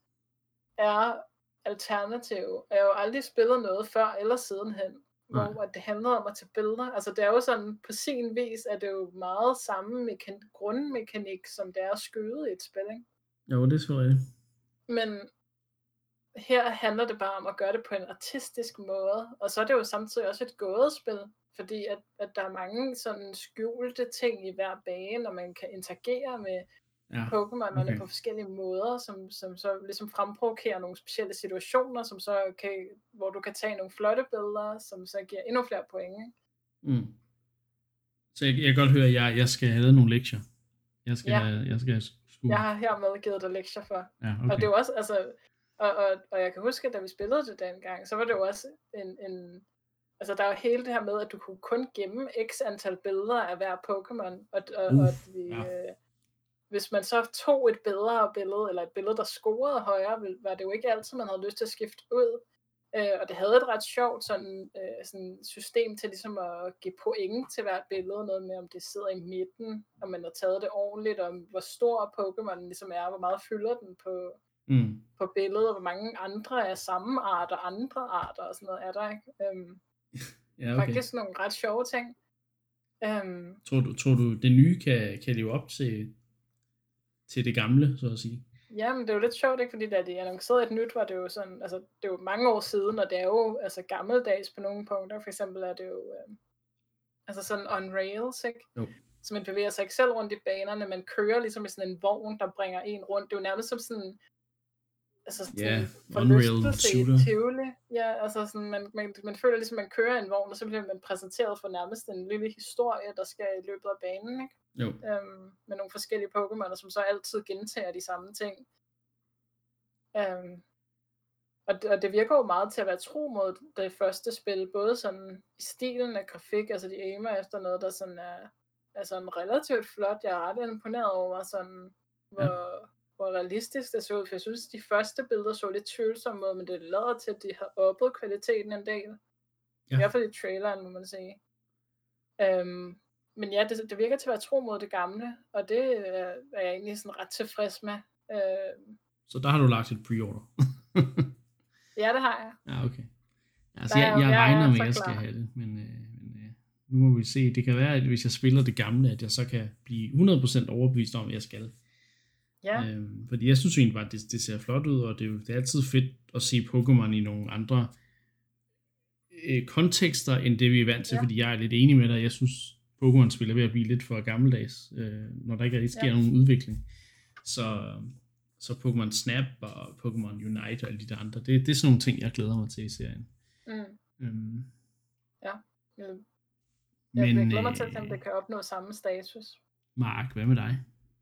er alternative. Jeg har jo aldrig spillet noget før eller sidenhen,
Nej.
hvor at det handlede om at tage billeder. Altså det er jo sådan, på sin vis er det jo meget samme mekan- grundmekanik, som det er at skyde i et spil, ikke?
Jo, det er så rigtigt.
Men her handler det bare om at gøre det på en artistisk måde, og så er det jo samtidig også et gådespil, fordi at, at der er mange sådan skjulte ting i hver bane, og man kan interagere med
Ja,
Pokémonerne
okay.
på forskellige måder, som, som så ligesom fremprovokerer nogle specielle situationer, som så kan, hvor du kan tage nogle flotte billeder, som så giver endnu flere point. Ikke?
Mm. Så jeg, jeg kan godt høre, at jeg, jeg skal have lavet nogle lektier. Jeg skal,
Ja.
have, jeg skal have skue.
Jeg har hermed givet dig lektier for.
Ja,
Og
okay.
det er jo også, altså, og, og, og jeg kan huske, at da vi spillede det dengang, så var det jo også en, en altså der er jo hele det her med, at du kunne kun gemme x antal billeder af hver Pokémon, og, og,
Uh,
og at vi,
ja.
øh, hvis man så tog et bedre billede, eller et billede, der scorede højere, vil- var det jo ikke altid, man havde lyst til at skifte ud. Øh, og det havde et ret sjovt sådan, øh, sådan system til ligesom at give point til hvert billede, noget med om det sidder i midten, om man har taget det ordentligt, og hvor stor Pokémon ligesom er, hvor meget fylder den på,
Mm.
på billedet, og hvor mange andre af samme art og andre arter og sådan noget er der, ikke? Øhm,
Ja, okay.
Faktisk nogle ret sjove ting. Øhm,
Tror du, tror du, det nye kan, kan leve op til, til det gamle, så at sige?
ja, men det er jo lidt sjovt, ikke? Fordi da de annoncerede et nyt, var det jo sådan, altså det er jo mange år siden, og det er jo altså gammeldags på nogle punkter. For eksempel er det jo øhm, altså sådan on rails, ikke?
Jo.
Så man bevæger sig ikke selv rundt i banerne, man kører ligesom i sådan en vogn, der bringer en rundt. Det er jo nærmest som sådan altså sådan
Ja,
en
on-rail
forlystelse i
shooter.
et tivoli. Ja, altså sådan, man, man, man føler ligesom, man kører i en vogn, og så bliver man præsenteret for nærmest en lille historie, der skal i løbet af banen, ikke?
Jo.
Øhm, med nogle forskellige Pokémoner, som så altid gentager de samme ting. Øhm, og, det, og det virker jo meget til at være tro mod det første spil, både sådan i stilen af grafik, altså de aimer efter noget, der sådan er, er sådan relativt flot. Jeg er ret imponeret over, sådan, hvor, ja. hvor realistisk det så ud, for jeg synes, de første billeder så lidt tvivlsomme ud, men det lader til, at de har oppet kvaliteten en del.
Ja.
I hvert fald i traileren, må man sige. Øhm, men ja, det, det virker til at være tro mod det gamle, og det er, er jeg egentlig sådan ret tilfreds med. Øhm,
Så der har du lagt et pre-order.
ja, det har jeg.
Ja, okay. Altså,
Der
jeg,
er-
jeg
jeg er
regner med,
så
at jeg skal
klar.
have det, men, øh, men øh, nu må vi se. Det kan være, at hvis jeg spiller det gamle, at jeg så kan blive hundrede procent overbevist om, at jeg skal.
Ja,
Øhm, fordi jeg synes egentlig bare, at det, det ser flot ud, og det er, jo, det er altid fedt at se Pokémon i nogle andre øh, kontekster, end det vi er vant til,
Ja.
fordi jeg er lidt enig med dig. Jeg synes, Pokémon-spil er ved at blive lidt for gammeldags, øh, når der ikke rigtig sker
Ja.
nogen udvikling. Så, så Pokémon Snap og Pokémon Unite og alle de der andre, det, det er sådan nogle ting, jeg glæder mig til i serien.
mm.
Øhm,
Jeg, jeg
men
glæder mig til, at
øh,
det kan opnå samme status.
Mark, hvad med dig?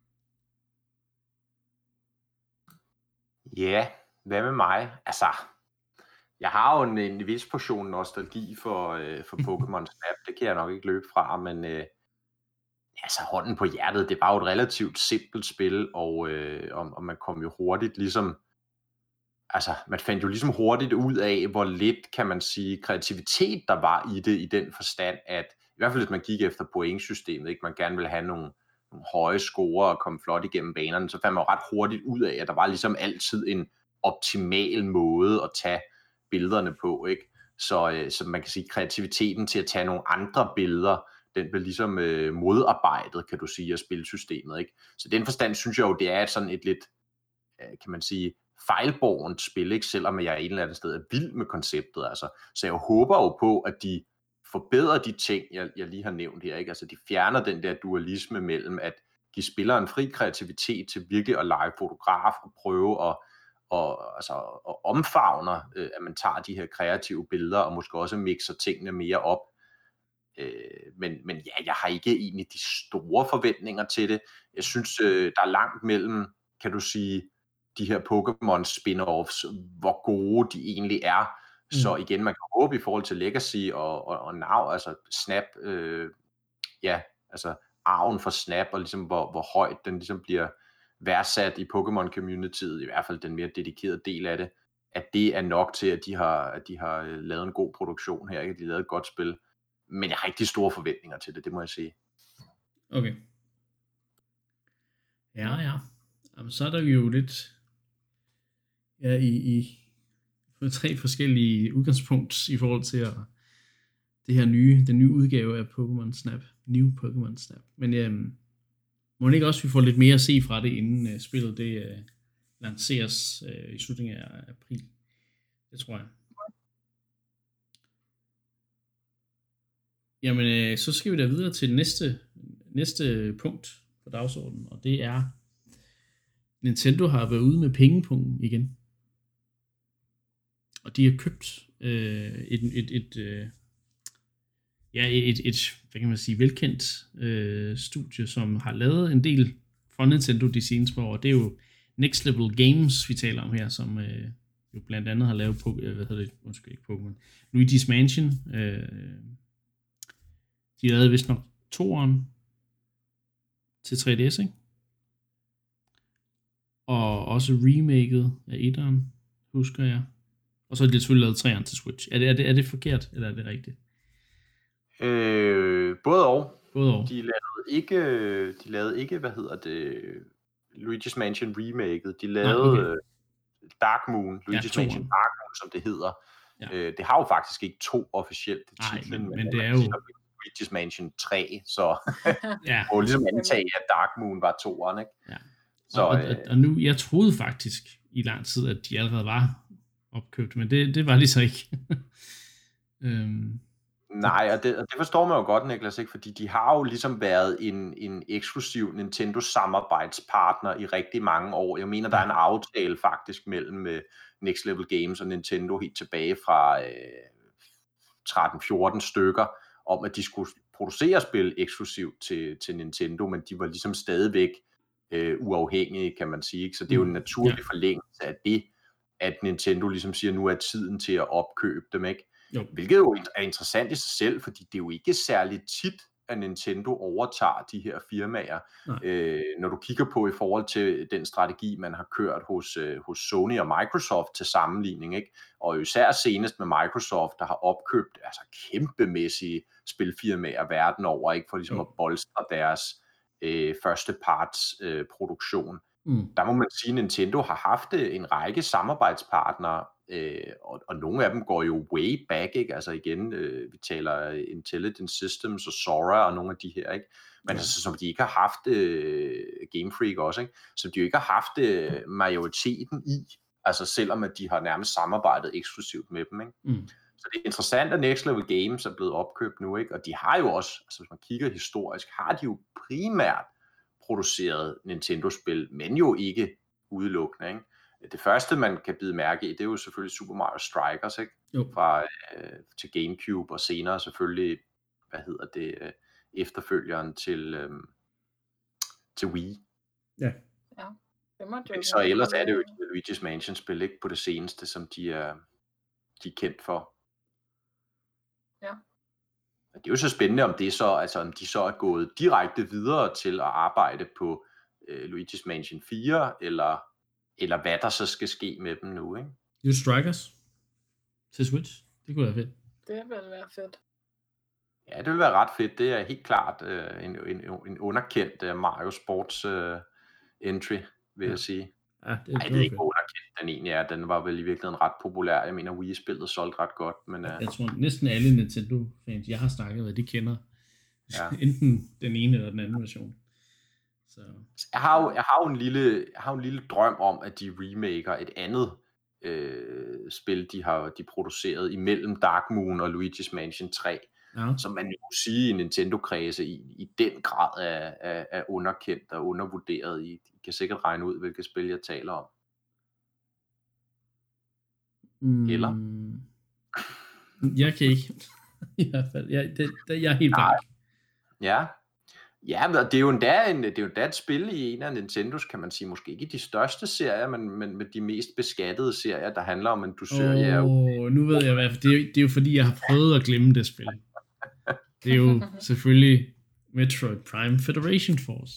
Ja, hvad med mig? Altså, jeg har jo en, en vis portion nostalgi for, øh, for Pokémon Snap. Det kan jeg nok ikke løbe fra, men øh, altså hånden på hjertet, det var jo et relativt simpelt spil, og, øh, og, og man kom jo hurtigt ligesom, altså man fandt jo ligesom hurtigt ud af, hvor lidt, kan man sige, kreativitet der var i det, i den forstand, at i hvert fald hvis man gik efter pointsystemet, ikke, man gerne ville have nogle, nogle høje scorer og komme flot igennem banerne, så fandt man jo ret hurtigt ud af, at der var ligesom altid en optimal måde at tage billederne på, ikke? Så, øh, så man kan sige, kreativiteten til at tage nogle andre billeder, den blev ligesom øh, modarbejdet, kan du sige, af spilsystemet, ikke? Så i den forstand synes jeg jo, det er et sådan et lidt, øh, kan man sige, fejlborgent spil, ikke? Selvom jeg er et eller andet sted er vild med konceptet, altså. Så jeg håber jo på, at de forbedrer de ting, jeg, jeg lige har nævnt her, ikke? Altså de fjerner den der dualisme mellem at give spilleren fri kreativitet til virkelig at lege fotograf og prøve at og, altså, og omfavner, øh, at man tager de her kreative billeder og måske også mixer tingene mere op. Øh, men, men ja, jeg har ikke egentlig de store forventninger til det. Jeg synes, øh, der er langt mellem kan du sige, de her Pokémon spin-offs, hvor gode de egentlig er. Mm. Så igen, man kan håbe i forhold til Legacy og, og, og Now, altså Snap, øh, ja, altså arven for Snap, og ligesom hvor, hvor højt den ligesom bliver værdsat i Pokémon-communityet, i hvert fald den mere dedikerede del af det, at det er nok til, at de har, at de har lavet en god produktion her, ikke? At de har lavet et godt spil. Men jeg har ikke de store forventninger til det, det må jeg sige.
Okay. Ja, ja. Jamen, så er der jo lidt ja, i, i tre forskellige udgangspunkter i forhold til at, det her nye, den nye udgave af Pokémon Snap. New Pokémon Snap. Men øhm, må ikke også vi får lidt mere at se fra det, inden uh, spillet det uh, lanceres uh, i slutningen af april. Det tror jeg. Jamen, uh, så skal vi da videre til næste, næste punkt på dagsordenen, og det er, Nintendo har været ude med pengepungen igen. Og de har købt øh, et, et, et, øh, ja, et, et, hvad kan man sige, velkendt øh, studie, som har lavet en del for Nintendo de seneste år. Det er jo Next Level Games, vi taler om her, som øh, jo blandt andet har lavet, på, hvad hedder det, undskyld ikke Pokémon, Luigi's Mansion. Øh, de lavede vist nok toeren til tre D S, ikke? Og også remaket af etteren, husker jeg. Og så er det selvfølgelig lavet treeren til Switch. Er det, er, det, er det forkert, eller er det rigtigt?
Øh, både og.
Både og.
De lavede ikke, de lavede ikke, hvad hedder det, Luigi's Mansion remaket. De lavede Nej, okay. Dark Moon, Luigi's ja, Mansion Dark Moon, som det hedder. Ja. Øh, det har jo faktisk ikke to officielt titlen,
men, men, men det er jo
Luigi's Mansion tre, så ja. Og ligesom antage, at Dark Moon var toeren, ikke? Ja.
Så, og, og, og nu, jeg troede faktisk i lang tid, at de allerede var opkøbt, men det, det var de så ikke. øhm,
Nej, og det, og det forstår man jo godt, Niklas, ikke? Fordi de har jo ligesom været en, en eksklusiv Nintendo-samarbejdspartner i rigtig mange år. Jeg mener, der er en aftale faktisk mellem uh, Next Level Games og Nintendo helt tilbage fra uh, tretten fjorten stykker, om at de skulle producere spil eksklusivt til, til Nintendo, men de var ligesom stadigvæk uh, uafhængige, kan man sige. Ikke? Så det er jo en naturlig ja. forlængelse af det, at Nintendo ligesom siger, nu er tiden til at opkøbe dem, ikke? Jo. Hvilket jo er interessant i sig selv, fordi det er jo ikke særlig tit, at Nintendo overtager de her firmaer. Øh, når du kigger på i forhold til den strategi, man har kørt hos, øh, hos Sony og Microsoft til sammenligning, ikke? Og især senest med Microsoft, der har opkøbt altså kæmpemæssige spilfirmaer verden over, ikke? For ligesom jo. at bolstre deres øh, første parts øh, produktion. Mm. Der må man sige, at Nintendo har haft en række samarbejdspartnere, øh, og, og nogle af dem går jo way back, ikke? Altså igen, øh, vi taler Intelligent Systems og Sora og nogle af de her, ikke? Men ja. altså, som de ikke har haft øh, Game Freak også, ikke? Som de jo ikke har haft øh, majoriteten i, altså selvom at de har nærmest samarbejdet eksklusivt med dem, ikke? Mm. Så det er interessant, at Next Level Games er blevet opkøbt nu, ikke? Og de har jo også, altså hvis man kigger historisk, har de jo primært produceret Nintendo-spil, men jo ikke udelukkende, ikke? Det første, man kan bide mærke i, det er jo selvfølgelig Super Mario Strikers, ikke? Jo. Fra, øh, til GameCube, og senere selvfølgelig, hvad hedder det, øh, efterfølgeren til, øh, til Wii.
Ja.
Ja. Det
så ellers er det jo et Luigi's Mansion-spil, ikke? På det seneste, som de er, de er kendt for.
Ja.
Det er jo så spændende, om det så, altså om de så er gået direkte videre til at arbejde på øh, Luigi's Mansion fire, eller, eller hvad der så skal ske med dem nu, ikke?
New Strikers til Switch, det kunne være fedt.
Det vil være fedt.
Ja, det vil være ret fedt. Det er helt klart øh, en, en, en underkendt uh, Mario Sports uh, entry, vil ja. jeg sige.
Ja, det,
Ej, jeg ved ikke, hvor underkendt den egentlig er. Den var vel i virkeligheden ret populær. Jeg mener, Wii-spillet solgte ret godt. Men, uh...
jeg tror næsten alle Nintendo-fans, jeg har snakket med, de kender ja. enten den ene eller den anden version. Så.
Jeg, har jo, jeg, har jo en lille, jeg har jo en lille drøm om, at de remaker et andet øh, spil, de har de produceret imellem Dark Moon og Luigi's Mansion tre. Ja. Som man jo kunne sige i Nintendo-kredse i, i den grad er, er, er underkendt og undervurderet. I, I kan sikkert regne ud, hvilket spil jeg taler om.
Mm.
Eller?
Jeg kan ikke. I hvert fald. Jeg, det, det, jeg er helt blank.
Ja. Ja, men det er jo endda, en, det er jo endda et spil i en af Nintendos, kan man sige, måske ikke de største serier, men, men med de mest beskattede serier, der handler om en dusør.
Åh,
Ja,
oh, nu ved jeg hvad, det er, det er jo fordi, jeg har prøvet at glemme det spil. Det er jo selvfølgelig Metroid Prime Federation Force.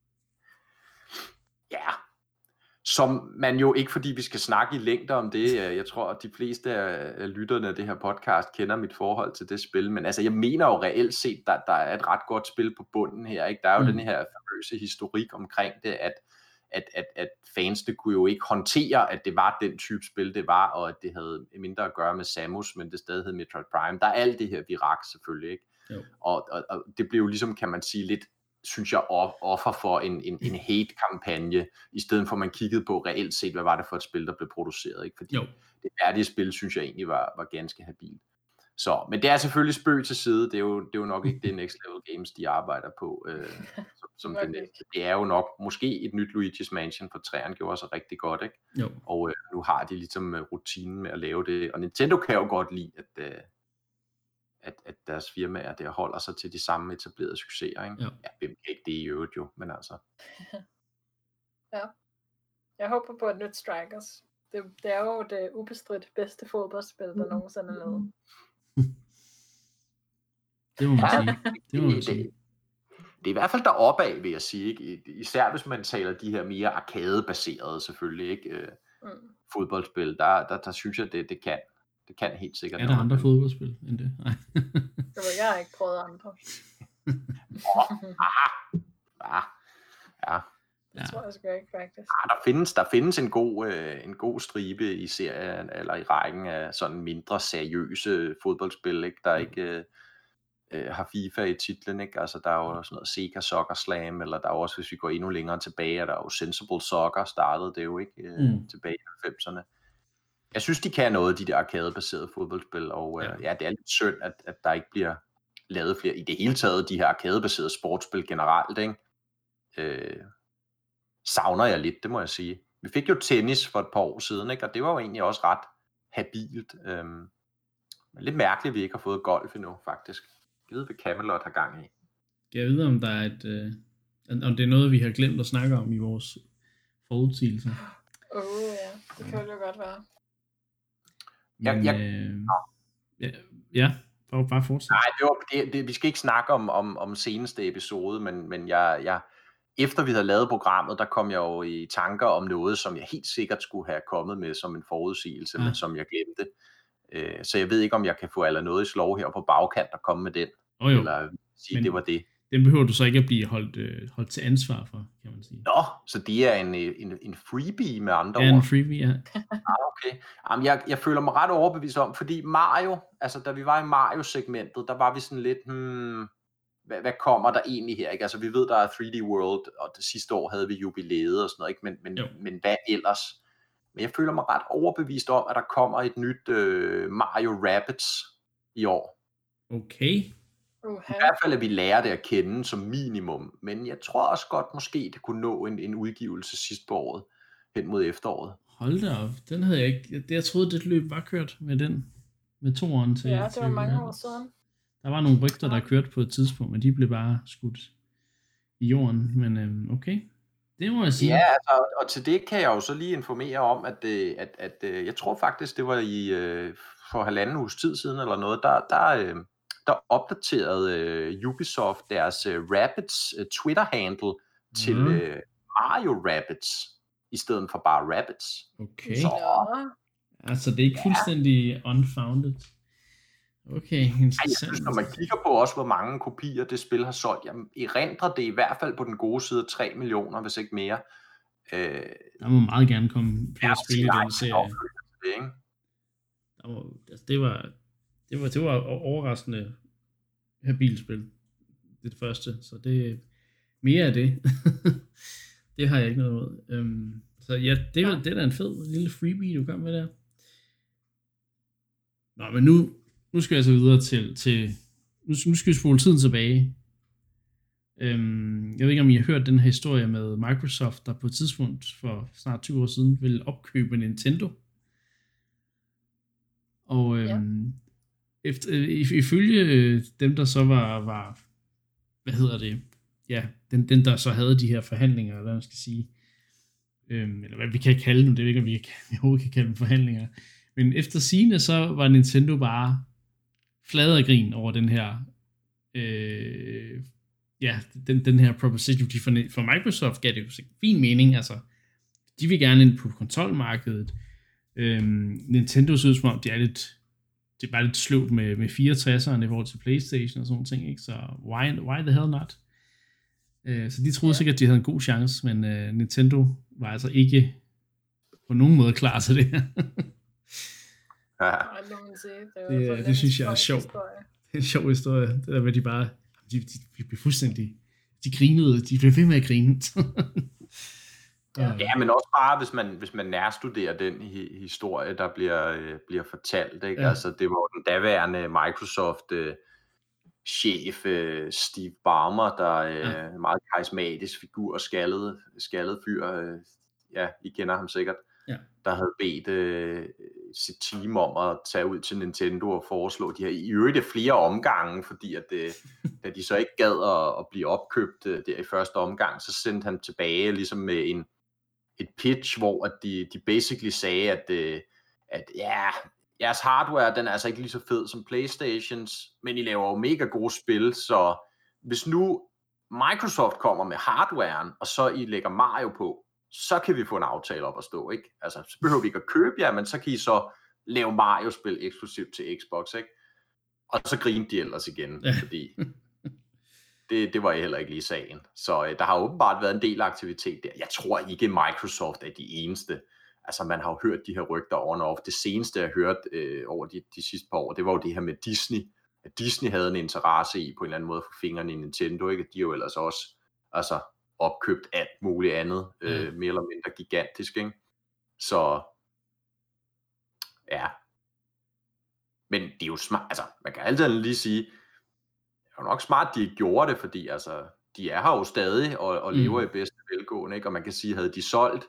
Ja, som man jo ikke, fordi vi skal snakke i længder om det, jeg tror, at de fleste af lytterne af det her podcast kender mit forhold til det spil, men altså, jeg mener jo reelt set, der, der er et ret godt spil på bunden her, ikke? Der er jo mm. den her famøse historik omkring det, at, at, at, at fansene kunne jo ikke håndtere, at det var den type spil, det var, og at det havde mindre at gøre med Samus, men det stadig hed Metroid Prime. Der er alt det her virak selvfølgelig, ikke? Og, og, og det blev jo ligesom, kan man sige, lidt, synes jeg, offer for en, en, en hate-kampagne, i stedet for at man kiggede på reelt set, hvad var det for et spil, der blev produceret, ikke? Fordi jo. Det færdige spil, synes jeg egentlig var, var ganske habilt. Så, men det er selvfølgelig spøg til side, det er jo, det er jo nok ikke det Next Level Games, de arbejder på. Øh, som, som det, det, det er jo nok, måske et nyt Luigi's Mansion for træerne gjorde sig rigtig godt, ikke? Jo. Og øh, nu har de ligesom rutinen med at lave det, og Nintendo kan jo godt lide, at øh, At, at deres firmaer der holder sig til de samme etablerede succeser, ikke? Ja. Ja, hvem kan ikke det i øvrigt jo, men altså.
Ja. Jeg håber på et nyt Strikers. Det, det er jo det ubestridt bedste fodboldspil, der nogensinde er lavet.
Det må man ja, sige. Det, må man sige.
Det, det er i hvert fald deroppe af, vil jeg sige, ikke? Især hvis man taler de her mere arcade-baserede, selvfølgelig, ikke? Mm. Fodboldspil, der, der, der synes jeg, det, det kan. Det kan helt sikkert.
Er der andre fodboldspil end det? Nej.
Det var jeg har ikke prøvet andre.
oh, ah, ah, ja.
Det tror jeg sgu ikke, faktisk.
Ah, der findes, der findes en god, øh, en god stribe i serien, eller i rækken af sådan mindre seriøse fodboldspil, ikke? Der ikke øh, har FIFA i titlen, ikke? Altså, der er jo sådan noget Sega Soccer Slam, eller der er også, hvis vi går endnu længere tilbage, der er jo Sensible Soccer, startede det jo, ikke? Øh, mm. Tilbage i halvfemserne. Jeg synes, de kan noget, de der arcade-baserede fodboldspil, og ja. Øh, ja, det er lidt synd, at, at der ikke bliver lavet flere. I det hele taget, de her arcade-baserede sportsspil generelt, ikke? Øh, savner jeg lidt, det må jeg sige. Vi fik jo tennis for et par år siden, ikke? Og det var jo egentlig også ret habilt. Øh, men lidt mærkeligt, at vi ikke har fået golf endnu, faktisk. Jeg ved, hvad Camelot har gang i.
Jeg ved, om der er et, øh, om det er noget, vi har glemt at snakke om i vores forudsigelser.
Åh oh, ja, det kan jo godt være.
Men,
jeg, jeg,
øh, ja, ja, bare, bare fortsæt.
Nej, det var, det, det, vi skal ikke snakke om, om, om seneste episode, men, men jeg, jeg, efter vi havde lavet programmet, der kom jeg jo i tanker om noget, som jeg helt sikkert skulle have kommet med som en forudsigelse, ja. Men som jeg glemte. Øh, så jeg ved ikke, om jeg kan få eller noget i slov her på bagkant og komme med den.
Oh,
eller sige, men det var det.
Den behøver du så ikke at blive holdt, øh, holdt til ansvar for, kan man sige.
Nå, så det er en, en, en freebie med andre
ja,
ord?
En freebie, ja.
ah, okay. Jamen, jeg, jeg føler mig ret overbevist om, fordi Mario, altså da vi var i Mario-segmentet, der var vi sådan lidt, hmm, hvad, hvad kommer der egentlig her? Ikke? Altså vi ved, der er tre D World, og det sidste år havde vi jubilæet og sådan noget, ikke? Men, men, men hvad ellers? Men jeg føler mig ret overbevist om, at der kommer et nyt øh, Mario Rabbids i år.
Okay.
I hvert fald, at vi lærer det at kende som minimum, men jeg tror også godt, måske det kunne nå en, en udgivelse sidste på året, hen mod efteråret.
Hold da op, den havde jeg ikke, jeg troede, det løb var kørt med den, med toeren til.
Ja, det var mange år siden.
Der var nogle rygter, der kørte på et tidspunkt, men de blev bare skudt i jorden, men øhm, okay, det må jeg sige.
Ja, altså, og til det kan jeg jo så lige informere om, at, at, at, at jeg tror faktisk, det var i for halvanden uges tid siden eller noget, der, der der opdaterede øh, Ubisoft deres øh, Rabbids øh, Twitter-handle mm. til øh, Mario Rabbids, i stedet for bare Rabbids.
Okay.
Så,
altså, det er ikke ja. fuldstændig unfounded. Okay, interessant.
Ej, jeg synes, når man kigger på også, hvor mange kopier det spil har solgt, jamen, erindrer det i hvert fald på den gode side tre millioner, hvis ikke mere. Øh,
der må meget gerne komme flere spil i den serie.
Det, ikke?
Der var, altså, det var... Det var, det var overraskende habilspil, det første, så det mere af det. Det har jeg ikke noget imod. Um, så ja, det, ja. det er da en fed lille freebie, du kom med der. Nå, men nu, nu skal jeg så videre til, til nu, nu skal vi spole tiden tilbage. Um, jeg ved ikke, om I har hørt den her historie med Microsoft, der på et tidspunkt for snart tyve år siden ville opkøbe Nintendo. Og øhm, ja. Efter, ifølge dem, der så var, var, hvad hedder det, ja, den, den der så havde de her forhandlinger, eller hvad man skal sige, øhm, eller hvad vi kan kalde dem, det ved ikke, om vi, kan, vi overhovedet kan kalde dem forhandlinger, men efter sigende, så var Nintendo bare flad af grin over den her, øh, ja, den, den her proposition, de for, for Microsoft gav det jo fin mening, altså, de vil gerne ind på kontrolmarkedet, øhm, Nintendo synes som om, det er lidt, det er bare lidt sløvt med, med fireogtresseren i forhold til PlayStation og sådan nogle ting, ikke? Så why, why the hell not? Uh, så de troede sikkert, at de havde en god chance, men uh, Nintendo var altså ikke på nogen måde klar til det her.
Ja.
det, det, det synes jeg er sjovt. Det er en sjov historie. Det der med, de bare, de, de, de blev fuldstændig, de grinede, de blev ved med at grine.
Ja. ja, men også bare, hvis man, hvis man nærstuderer den hi- historie, der bliver, øh, bliver fortalt. Ikke? Ja. Altså, det var den daværende Microsoft-chef, øh, øh, Steve Ballmer, der er øh, ja. meget karismatisk figur, skaldet, skaldet fyr, øh, ja, I kender ham sikkert, ja. Der havde bedt øh, sit team om at tage ud til Nintendo og foreslå de her i øvrigt flere omgange, fordi at, øh, da de så ikke gad at, at blive opkøbt øh, der i første omgang, så sendte han tilbage ligesom med en et pitch, hvor at de, de basically sagde, at, øh, at ja, jeres hardware, den er altså ikke lige så fed som PlayStations, men I laver jo mega gode spil, så hvis nu Microsoft kommer med hardwaren, og så I lægger Mario på, så kan vi få en aftale op at stå, ikke? Altså, så behøver vi ikke at købe jer, men så kan I så lave Mario-spil eksklusivt til Xbox, ikke? Og så grinte de ellers igen, ja. Fordi det, det var heller ikke lige sagen. Så øh, der har åbenbart været en del aktivitet der. Jeg tror ikke, Microsoft er de eneste. Altså, man har jo hørt de her rygter on og off. Det seneste, jeg hørte øh, over de, de sidste par år, det var jo det her med Disney. At Disney havde en interesse i på en eller anden måde at få fingrene i Nintendo, ikke? De er jo ellers også altså, opkøbt alt muligt andet, øh, mere eller mindre gigantisk, ikke? Så, ja. Men det er jo smart, altså, man kan altid lige sige, det er jo nok smart, de ikke gjorde det, fordi altså, de er her jo stadig og, og lever mm. i bedste velgående, ikke? Og man kan sige, havde de solgt,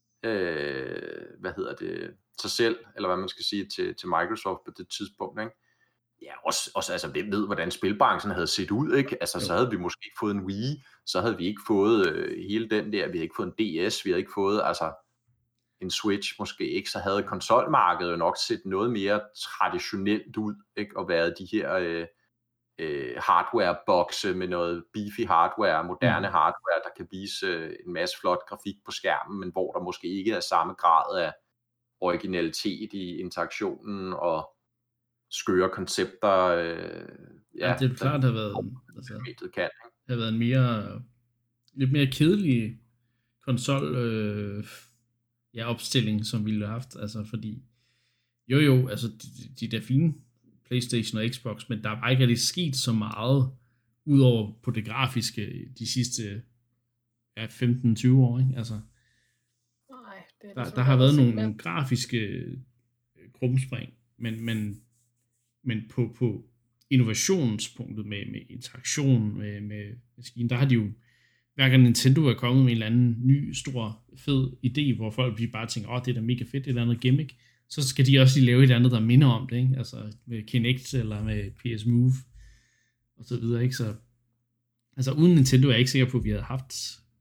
øh, hvad hedder det, sig selv, eller hvad man skal sige, til, til Microsoft på det tidspunkt, ikke? Ja, også, også altså, hvem ved, hvordan spilbranchen havde set ud, ikke? Altså, jo. Så havde vi måske fået en Wii, så havde vi ikke fået øh, hele den der, vi havde ikke fået en D S, vi havde ikke fået, altså, en Switch måske ikke, så havde konsolmarkedet jo nok set noget mere traditionelt ud, ikke? Og været de her øh, øh, hardware-bokse med noget beefy hardware, moderne mm. hardware, der kan vise øh, en masse flot grafik på skærmen, men hvor der måske ikke er samme grad af originalitet i interaktionen og skøre koncepter. Øh, ja,
ja, det er klart, det har været, altså, kan, det har været en mere, lidt mere kedelig konsol øh, ja, opstilling, som vi ville have haft, altså fordi, jo jo, altså de, de der fine PlayStation og Xbox, men der er bare ikke rigtig sket så meget, udover på det grafiske, de sidste ja, femten til tyve år, ikke? Altså,
nej, det er
der, der har været nogle, nogle grafiske krumspring, men, men men på, på innovationspunktet med, med interaktion med, med maskinen, der har de jo, hver gang Nintendo er kommet med en eller anden ny, stor, fed idé, hvor folk bliver bare tænker, åh, oh, det er da mega fedt, et eller andet gimmick, så skal de også lige lave et eller andet, der minder om det, ikke? Altså med Kinect eller med P S Move og så videre, ikke? Så altså uden Nintendo er jeg ikke sikker på, at vi havde haft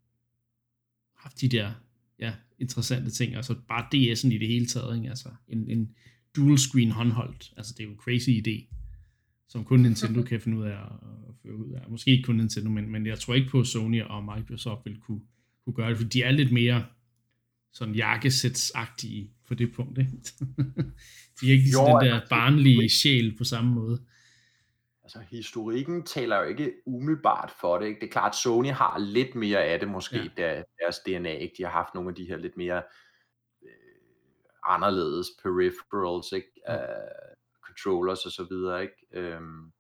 haft de der, ja, interessante ting, altså bare D S'en i det hele taget, ikke? Altså en, en dual screen håndholdt, altså det er jo en crazy idé, som kun Nintendo kan finde ud af at føre ud af. Måske ikke kun Nintendo, men, men jeg tror ikke på, at Sony og Microsoft vil kunne, kunne gøre det, for de er lidt mere sådan jakkesætsagtige på det punkt, ikke? De er ikke ligesom jo, den der barnlige sjæl på samme måde.
Altså historikken taler jo ikke umiddelbart for det, ikke? Det er klart, at Sony har lidt mere af det måske, ja. Der, deres D N A, ikke? De har haft nogle af de her lidt mere anderledes peripherals, ikke? Uh, controllers og så videre, ikke? Um,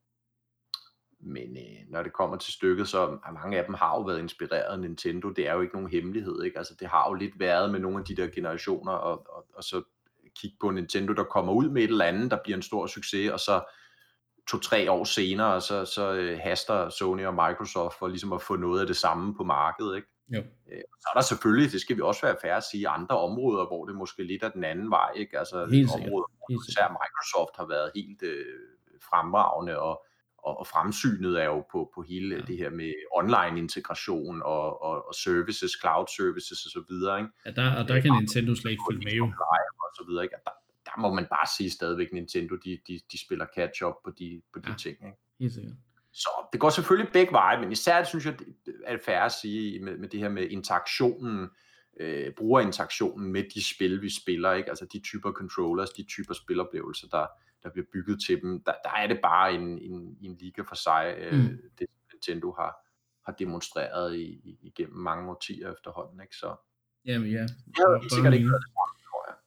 men uh, når det kommer til stykket, så mange af dem har jo været inspireret af Nintendo. Det er jo ikke nogen hemmelighed, ikke? Altså det har jo lidt været med nogle af de der generationer, og, og, og så kigge på Nintendo, der kommer ud med et eller andet, der bliver en stor succes, og så to-tre år senere, så, så uh, haster Sony og Microsoft for ligesom at få noget af det samme på markedet, ikke?
Jo.
Så er der selvfølgelig, det skal vi også være fair at sige, andre områder, hvor det måske lidt er den anden vej, ikke? Altså
helt
områder, hvor især Microsoft har været helt øh, fremragende og, og, og fremsynet er jo på, på hele ja. det her med online-integration og, og, og services, cloud services og så videre. Ikke?
Ja, der, og der kan Nintendo slet ikke følge med jo.
Og så videre, ikke? Der, der må man bare sige stadigvæk, Nintendo, de, de, de spiller catch-up på de, på de ja, ting. Ikke?
Helt sikkert.
Så det går selvfølgelig begge veje, men især det synes jeg, det er det fair at sige med, med det her med interaktionen, øh, brugerinteraktionen med de spil, vi spiller, ikke? Altså de typer controllers, de typer spiloplevelser, der, der bliver bygget til dem, der, der er det bare en, en, en liga for sig, øh, mm. det Nintendo har, har demonstreret i, i, igennem mange årtier efterhånden, ikke? Så
jamen ja,
det har helt sikkert ikke været det frem, tror jeg.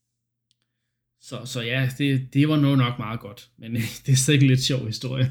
Så, så ja, det, det var noget nok meget godt, men det er sikkert en lidt sjov historie.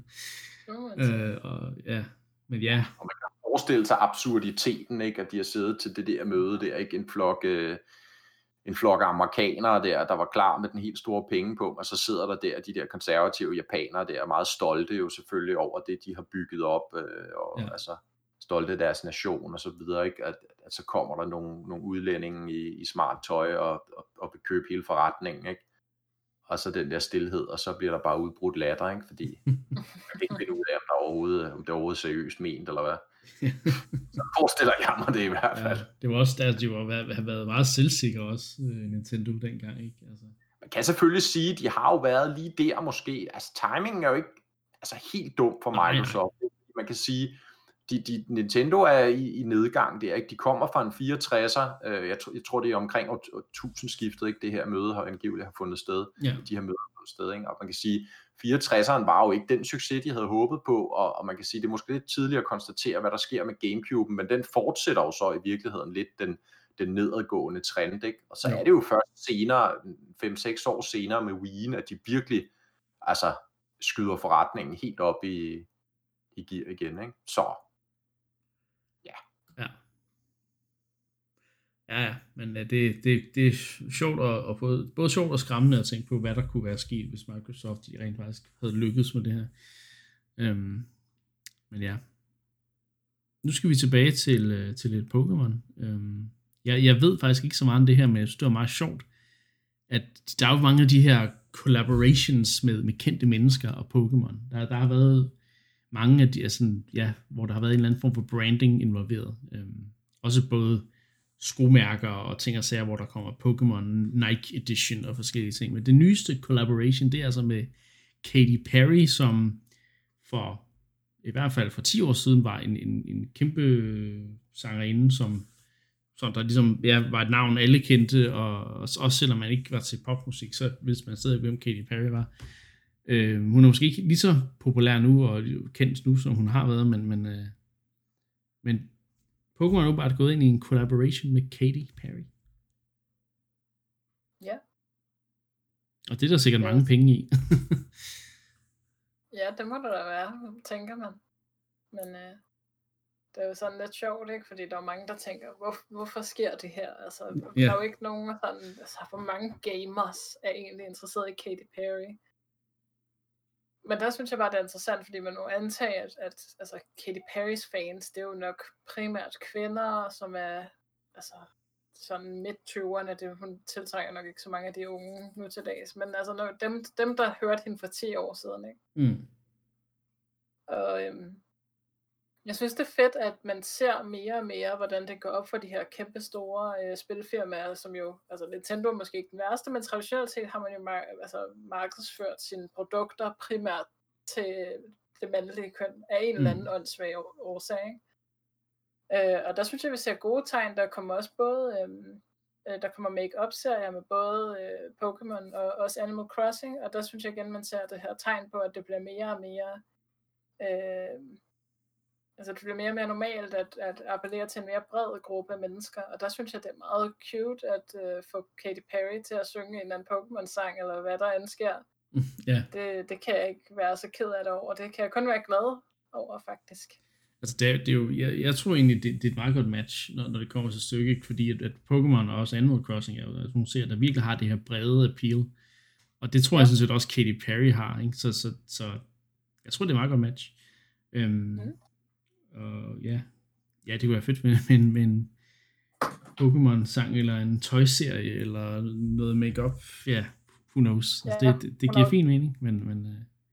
øh, og, ja. Men ja.
Og man kan forestille sig absurditeten, ikke? At de har siddet til det der møde der, ikke? En flok, øh, en flok amerikanere der, der var klar med den helt store penge på, og så sidder der der de der konservative japanere der, meget stolte jo selvfølgelig over det, de har bygget op, øh, og ja. altså stolte af deres nation og så videre, ikke? At, at så kommer der nogle, nogle udlændinge i, i smart tøj og, og, og vil købe hele forretningen, ikke? Og så den der stilhed, og så bliver der bare udbrudt latter, ikke? Fordi man kan ikke finde ud af, om, der overhovedet, om det er overhovedet seriøst ment, eller hvad. Så forestiller jeg mig det i hvert fald. Ja,
det var også der, de var, have været meget selvsikre også, Nintendo dengang, ikke? Altså.
Man kan selvfølgelig sige, at de har jo været lige der måske. Altså timingen er jo ikke altså, helt dum for Microsoft. Nej, nej. Man kan sige, de, de, Nintendo er i, i nedgang der, ikke? De kommer fra en fireogtresser, øh, jeg, jeg tror det er omkring tusind skiftet, ikke? Det her møde har angiveligt har fundet sted, ja. De her møder har fundet sted, ikke? Og man kan sige, fireogtresseren var jo ikke den succes, de havde håbet på, og, og man kan sige, det er måske lidt tidligt at konstatere, hvad der sker med GameCube, men den fortsætter jo så i virkeligheden lidt den, den nedadgående trend, ikke? Og så ja. Er det jo først senere, fem seks år senere med Wii'en, at de virkelig altså skyder forretningen helt op i, i gear igen, ikke? Så
Ja. Ja, ja, men det, det, det er sjovt og, og både, både sjovt og skræmmende at tænke på, hvad der kunne være sket, hvis Microsoft de rent faktisk havde lykkedes med det her. Øhm, men ja. Nu skal vi tilbage til, til lidt Pokémon. Øhm, jeg, jeg ved faktisk ikke så meget om det her, men jeg synes, det var meget sjovt, at der er jo mange af de her collaborations med, med kendte mennesker og Pokémon. Der, der har været mange af de, altså, ja, hvor der har været en eller anden form for branding involveret. Øhm, også både skomærker og ting og sager, hvor der kommer Pokémon Nike Edition og forskellige ting. Men det nyeste collaboration, det er altså med Katy Perry, som for i hvert fald for ti år siden var en, en, en kæmpe sangerinde, som, som der ligesom ja, var et navn, alle kendte, og også selvom man ikke var til popmusik, så vidste man stadig, hvem Katy Perry var. Øh, hun er måske ikke lige så populær nu og kendt nu, som hun har været, men, men, øh, men Pokémon er jo bare gået ind i en collaboration med Katy Perry.
Ja.
Og det er der sikkert ja. mange penge i.
Ja, det må der da være, tænker man. Men øh, det er jo sådan lidt sjovt, ikke? Fordi der er mange, der tænker, Hvor, hvorfor sker det her? Altså, ja. Der er jo ikke nogen sådan, altså, hvor mange gamers er egentlig interesseret i Katy Perry. Men der synes jeg bare, det er interessant, fordi man må antage, at, at altså, Katy Perrys fans, det er jo nok primært kvinder, som er altså, sådan midt-tyverne. Det, hun tiltrækker nok ikke så mange af de unge nu til dags. Men altså, når, dem, dem, der hørte hende for ti år siden, ikke?
Mm.
Og øhm, jeg synes, det er fedt, at man ser mere og mere, hvordan det går op for de her kæmpe store øh, spilfirmaer, som jo, altså Nintendo er måske ikke den værste, men traditionelt set har man jo mar- altså, markedsført sine produkter primært til det mandlige køn af en mm. eller anden åndssvag årsag, ikke? Øh, og der synes jeg, vi ser gode tegn. Der kommer også både øhm, øh, der kommer make-up-serier med både øh, Pokémon og også Animal Crossing, og der synes jeg igen, man ser det her tegn på, at det bliver mere og mere øh, altså det bliver mere og mere normalt at, at appellere til en mere bred gruppe af mennesker, og der synes jeg, det er meget cute at øh, få Katy Perry til at synge en eller anden Pokémon-sang, eller hvad der end sker.
Yeah.
Det, det kan jeg ikke være så ked af det over. Det kan jeg kun være glad over, faktisk.
Altså det er, det er jo, jeg, jeg tror egentlig, det, det er et meget godt match, når, når det kommer til stykket, fordi at, at Pokémon og også Animal Crossing er jo, altså hun ser, der virkelig har det her brede appeal, og det tror ja. jeg sådan set også Katy Perry har, ikke? Så, så, så jeg tror, det er et meget godt match. Øhm, mm. Og ja, ja, det kunne være fedt med, med, med en Pokémon-sang, eller en tøjserie, eller noget make-up, ja, who knows. Altså, ja, det, det, det giver fin mening, men... men uh...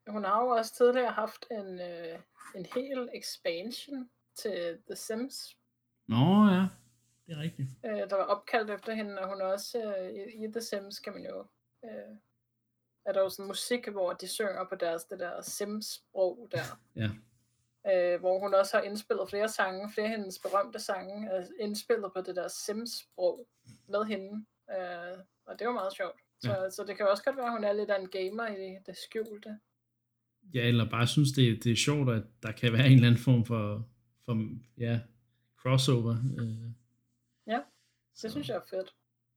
hun har jo også tidligere haft en, øh, en hel expansion til The Sims.
Nå ja, det er rigtigt.
Øh, der var opkaldt efter hende, og hun er også øh, i, i The Sims, kan man jo... Øh, er der jo sådan musik, hvor de synger på deres det der Sims-sprog der.
Ja.
Øh, hvor hun også har indspillet flere sange, flere af hendes berømte sange, er indspillet på det der Sims-sprog med hende. Øh, og det var meget sjovt. Så,
Ja.
så det kan også godt være, at hun er lidt af en gamer i det skjulte.
Ja, eller bare synes, det, det er sjovt, at der kan være en eller anden form for, for ja, crossover. Øh,
Ja, det
så,
synes jeg er fedt.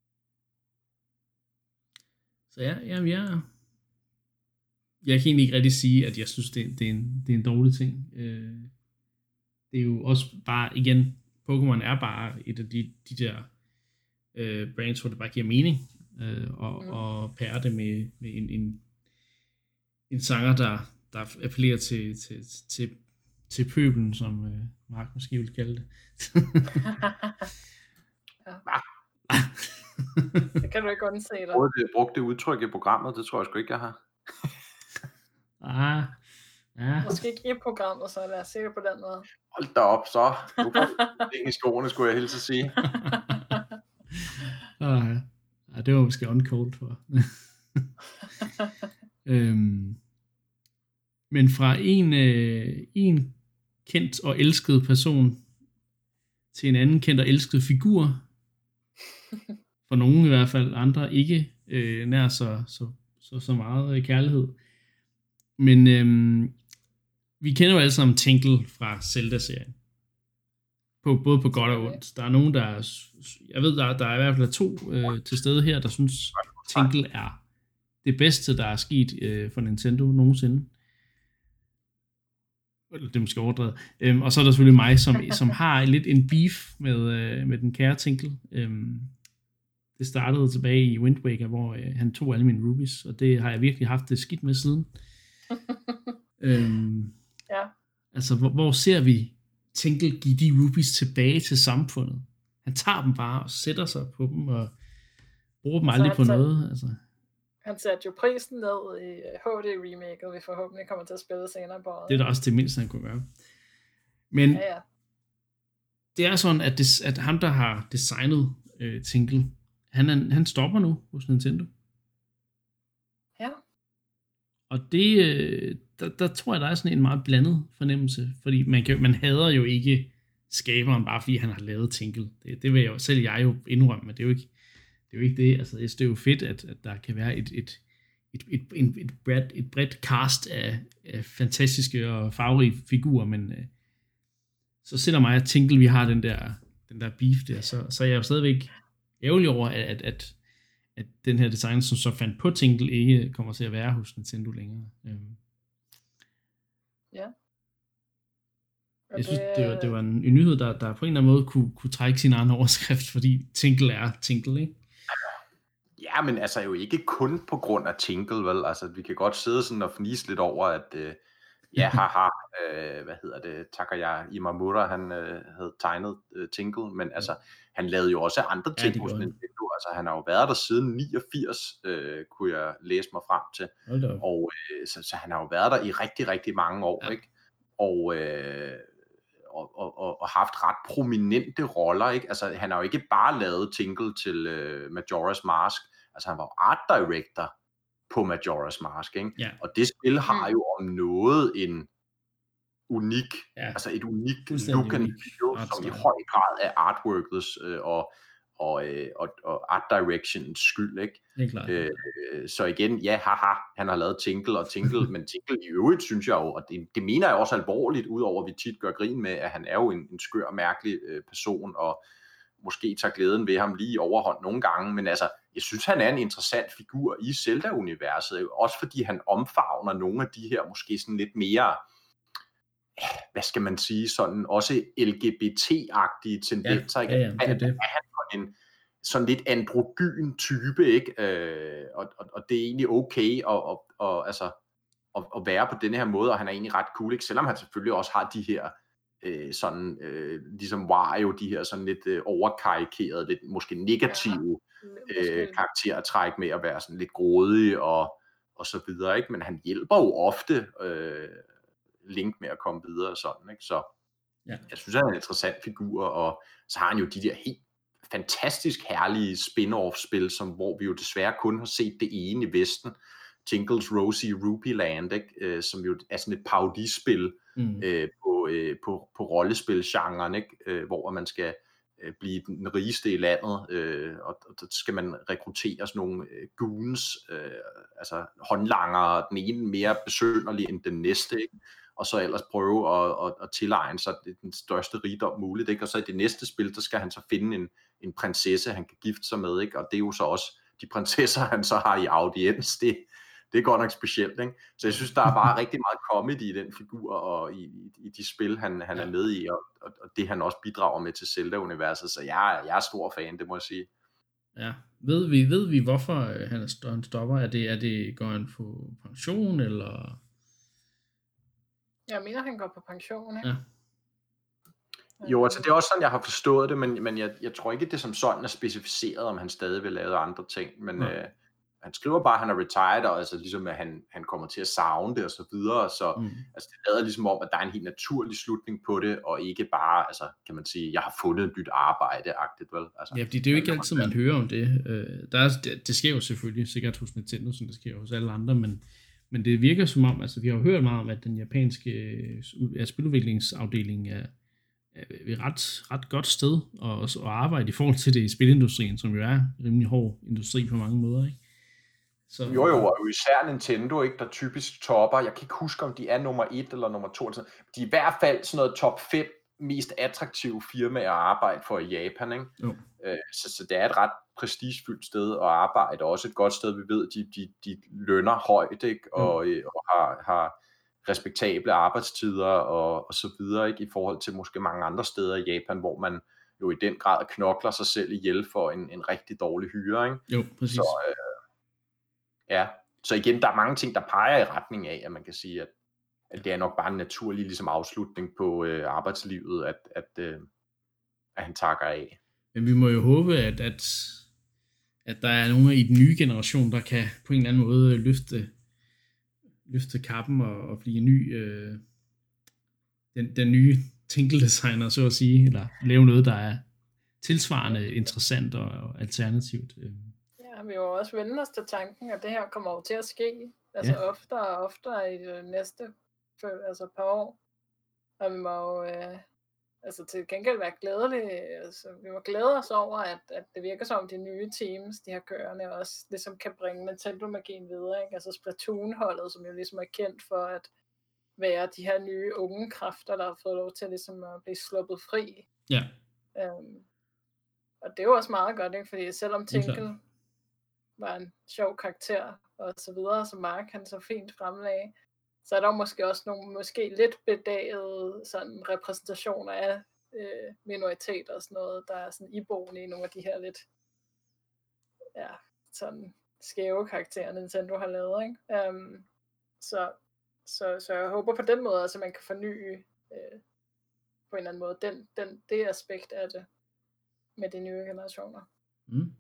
Så ja, ja, ja. Jeg kan egentlig ikke rigtig sige, at jeg synes, det, det, er, en, det er en dårlig ting. Øh, det er jo også bare, igen, Pokémon er bare et af de, de der øh, brands, hvor det bare giver mening, øh, og,
Mm.
og pære det med, med en, en, en sanger, der, der appellerer til, til, til, til pøbelen, som øh, Mark måske vil kalde det.
Det kan du ikke undse dig.
Både det brugte udtryk i programmet, det tror jeg sgu ikke, jeg har.
ah, ja.
Måske ikke i programmet, så lad os se det på den måde.
Hold da op, så. Nu får du ting i skoene, skulle jeg helst sige.
ah, ja, det var måske on-called for. øhm, men fra en, øh, en kendt og elsket person til en anden kendt og elsket figur, for nogen i hvert fald, andre ikke øh, nær så, så, så, så meget øh, kærlighed. Men øh, vi kender jo alle sammen Tingle fra Zelda-serien. På, både på godt og ondt. Der er nogen, der er, jeg ved, der, der er i hvert fald to øh, til stede her, der synes, Tingle er det bedste, der er sket øh, for Nintendo nogensinde. Eller det er måske overdrevet. Øhm, og så er der selvfølgelig mig, som, som har lidt en beef med, øh, med den kære Tingle. Øhm, det startede tilbage i Wind Waker, hvor øh, han tog alle mine rubies, og det har jeg virkelig haft det skidt med siden. øhm,
Ja.
Altså, hvor, hvor ser vi Tingle give de rubies tilbage til samfundet? Han tager dem bare og sætter sig på dem, og bruger dem
Altså,
aldrig
han
på
tager-
noget. Altså.
Han satte jo prisen ned i H D-remaket, vi forhåbentlig kommer til at spille senere på året.
Det er da også det mindste, han kunne gøre. Men
Ja, ja.
det er sådan, at, det, at ham, der har designet øh, Tingle, han, er, han stopper nu hos Nintendo.
Ja.
Og det, øh, der, der tror jeg, der er sådan en meget blandet fornemmelse, fordi man, kan, man hader jo ikke skaberen, bare fordi han har lavet Tingle. Det, det vil jeg jo, selv jeg jo indrømme, men det er jo ikke det, er jo ikke det. Altså, det er jo fedt, at, at der kan være et, et, et, et, et, et, bredt, et bredt cast af, af fantastiske og farverige figurer, men øh, så selvom mig og Tingle, vi har den der, den der beef der, så, så er jeg jo stadigvæk ærgerlig over, at, at, at, at den her design, som så fandt på Tingle, ikke kommer til at være hos Nintendo længere. Øhm,
Ja.
Jeg synes, det var, det var en, en nyhed, der, der på en eller anden måde kunne, kunne trække sin egen overskrift, fordi Tingle er Tingle, ikke?
Ja, men altså jo ikke kun på grund af Tingle, vel? Altså, vi kan godt sidde sådan og fnise lidt over, at øh, ja, haha, øh, hvad hedder det, Takaya Imamura, han øh, havde tegnet øh, Tingle, men altså, han lavede jo også andre
Ja,
ting
det
hos
gjorde han.
Nintendo. Altså, han har jo været der siden niogfirs, øh, kunne jeg læse mig frem til.
Hold da op.
Og øh, så, så han har jo været der i rigtig, rigtig mange år,
Ja.
ikke? Og, øh, og, og, og, og haft ret prominente roller, ikke? Altså, han har jo ikke bare lavet Tingle til øh, Majora's Mask. Altså, han var art director på Majora's Mask, ikke?
Ja.
Og det spil har jo om noget en unik,
Ja.
altså et unikt
Fuldstændig
look and
unik
feel,
art
som i
style.
høj grad er artworkets øh, og, og, øh, og, og art directions skyld, ikke?
Det er klart.
Øh, så igen, ja, haha, han har lavet Tingle og Tingle, men Tingle i øvrigt, synes jeg jo, og det, det mener jeg også alvorligt, udover at vi tit gør grin med, at han er jo en, en skør og mærkelig øh, person, og måske tager glæden ved ham lige overhånd nogle gange, men altså, jeg synes, han er en interessant figur i Zelda-universet, også fordi han omfavner nogle af de her, måske sådan lidt mere, hvad skal man sige, sådan også L G B T-agtige tendenser,
Ja,
ikke?
ja, ja, det er det.
Er han for en sådan lidt androgyn type, ikke? Øh, og, og, og det er egentlig okay at, og, og, altså, at, at være på den her måde, og han er egentlig ret cool, ikke? Selvom han selvfølgelig også har de her øh, sådan, øh, ligesom Wario, de her sådan lidt øh, overkarikerede, lidt måske negative
Ja,
øh, karaktertræk med at være sådan lidt grådig og, og så videre, ikke? Men han hjælper jo ofte øh, Link med at komme videre og sådan, ikke? Så ja. Jeg synes, han er en interessant figur, og så har han jo de der helt fantastisk herlige spin-off-spil, som, hvor vi jo desværre kun har set det ene i Vesten, Tinkles Rosie Rupee Land, ikke? Øh, som jo er sådan et parodispil mm. øh, på, øh, på, på rollespilgenren, ikke? Øh, hvor man skal øh, blive den rigeste i landet, øh, og, og der skal man rekruttere sådan nogle øh, goons, øh, altså håndlangere, den ene mere besønderlig end den næste, ikke? Og så ellers prøve at, at, at tilegne sig den største rigdom muligt, ikke? Og så i det næste spil, der skal han så finde en, en prinsesse, han kan gifte sig med, ikke? Og det er jo så også de prinsesser, han så har i audiens, det, det er godt nok specielt, ikke? Så jeg synes, der er bare rigtig meget comedy i den figur, og i, i, i de spil, han, han er med i, og, og, og det han også bidrager med til Zelda-universet, så jeg, jeg er stor fan, det må jeg sige.
Ja, ved vi, ved vi hvorfor han, er, han stopper? Er det, er det, går han på pension, eller...
Jeg mener, han går på pension, ikke?
Ja.
Jo, altså det er også sådan, jeg har forstået det, men, men jeg, jeg tror ikke, det som sådan er specificeret, om han stadig vil lave andre ting, men ja. øh, han skriver bare, at han er retired, og altså ligesom, at han, han kommer til at savne det og så videre, så mm. altså, det lader ligesom om, at der er en helt naturlig slutning på det, og ikke bare, altså kan man sige, jeg har fundet et nyt arbejde-agtigt, vel? Altså,
ja, fordi det er jo ikke altid, man hører om det. Øh, der er, det, det sker jo selvfølgelig sikkert hos Nintendo, som det sker hos alle andre, men Men det virker som om, altså vi har jo hørt meget om, at den japanske ja, spiludviklingsafdeling er, er et ret, ret godt sted at, at arbejde i forhold til det i spilindustrien, som jo er en rimelig hård industri på mange måder, ikke?
Så, jo jo, og især Nintendo, ikke, der typisk topper, jeg kan ikke huske, om de er nummer et eller nummer to, de er i hvert fald sådan noget top fem mest attraktive firmaer at arbejde for i Japan, ikke? Jo. Øh, så, så det er et ret prestigefyldt sted at arbejde, og også et godt sted, vi ved, de, de, de lønner højt, ikke? Og, mm. og har, har respektable arbejdstider og, og så videre, ikke? I forhold til måske mange andre steder i Japan, hvor man jo i den grad knokler sig selv ihjel for en, en rigtig dårlig hyre, ikke?
Jo, præcis.
Så, øh, ja, så igen, der er mange ting, der peger i retning af, at man kan sige, at, at det er nok bare en naturlig ligesom, afslutning på øh, arbejdslivet, at, at, øh, at han takker af.
Men vi må jo håbe, at, at, at der er nogen i den nye generation, der kan på en eller anden måde løfte, løfte kappen og, og blive en ny, øh, den, den nye Tinkle-designer, så at sige, eller lave noget, der er tilsvarende interessant og, og alternativt.
Ja, vi må også vende os til tanken, at det her kommer over til at ske, altså ja. oftere og oftere i det næste altså par år. Og vi må jo øh, altså til gengæld være glædelige, altså vi må glæde os over, at, at det virker som om de nye teams, de har kørende også, ligesom kan bringe Nintendo-magien videre, ikke? Altså Splatoon-holdet, som jo ligesom er kendt for at være de her nye unge kræfter, der har fået lov til ligesom at blive sluppet fri.
Ja.
Um, og det er jo også meget godt, ikke? Fordi selvom Tinkle var en sjov karakter og så videre, som Mark han så fint fremlagde, så er der måske også nogle måske lidt bedagede sådan repræsentationer af øh, minoriteter og sådan noget, der er sådan iboende i nogle af de her lidt ja, sådan skæve karakterer, Nintendo har lavet, ikke? Um, så, så, så jeg håber på den måde, at altså, man kan forny øh, på en eller anden måde den, den, det aspekt af det med de nye generationer.
Mm.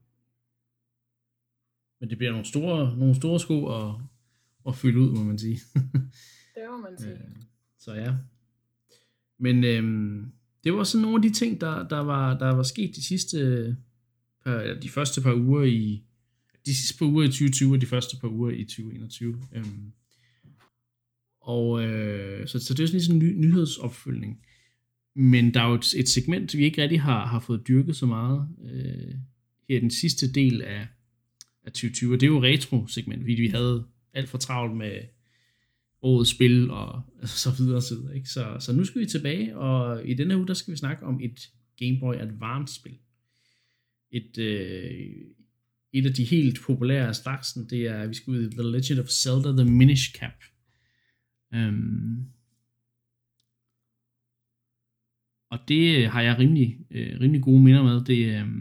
Men det bliver nogle store, nogle store sko at, at fylde ud, må man sige.
Det må man sige. Øh,
så ja. Men øhm, det var sådan nogle af de ting, der, der, var, der var sket de sidste par, eller de første par uger i de sidste par uger i tyve tyve og de første par uger i tyve enogtyve. Øhm, og øh, så, så det er sådan en ny, nyhedsopfølgning. Men der er jo et, et segment, vi ikke rigtig har, har fået dyrket så meget øh, her i den sidste del af, af tyve tyve, og det er jo retro-segment, fordi vi havde alt for travlt med årets spil og altså, så videre og så videre. Ikke? Så, så nu skal vi tilbage, og i denne uge, der skal vi snakke om et Game Boy Advance-spil. Et, øh, et af de helt populære af slagsen, det er, vi skal ud i The Legend of Zelda The Minish Cap. Um, og det har jeg rimelig, øh, rimelig gode minder med. Det, øh,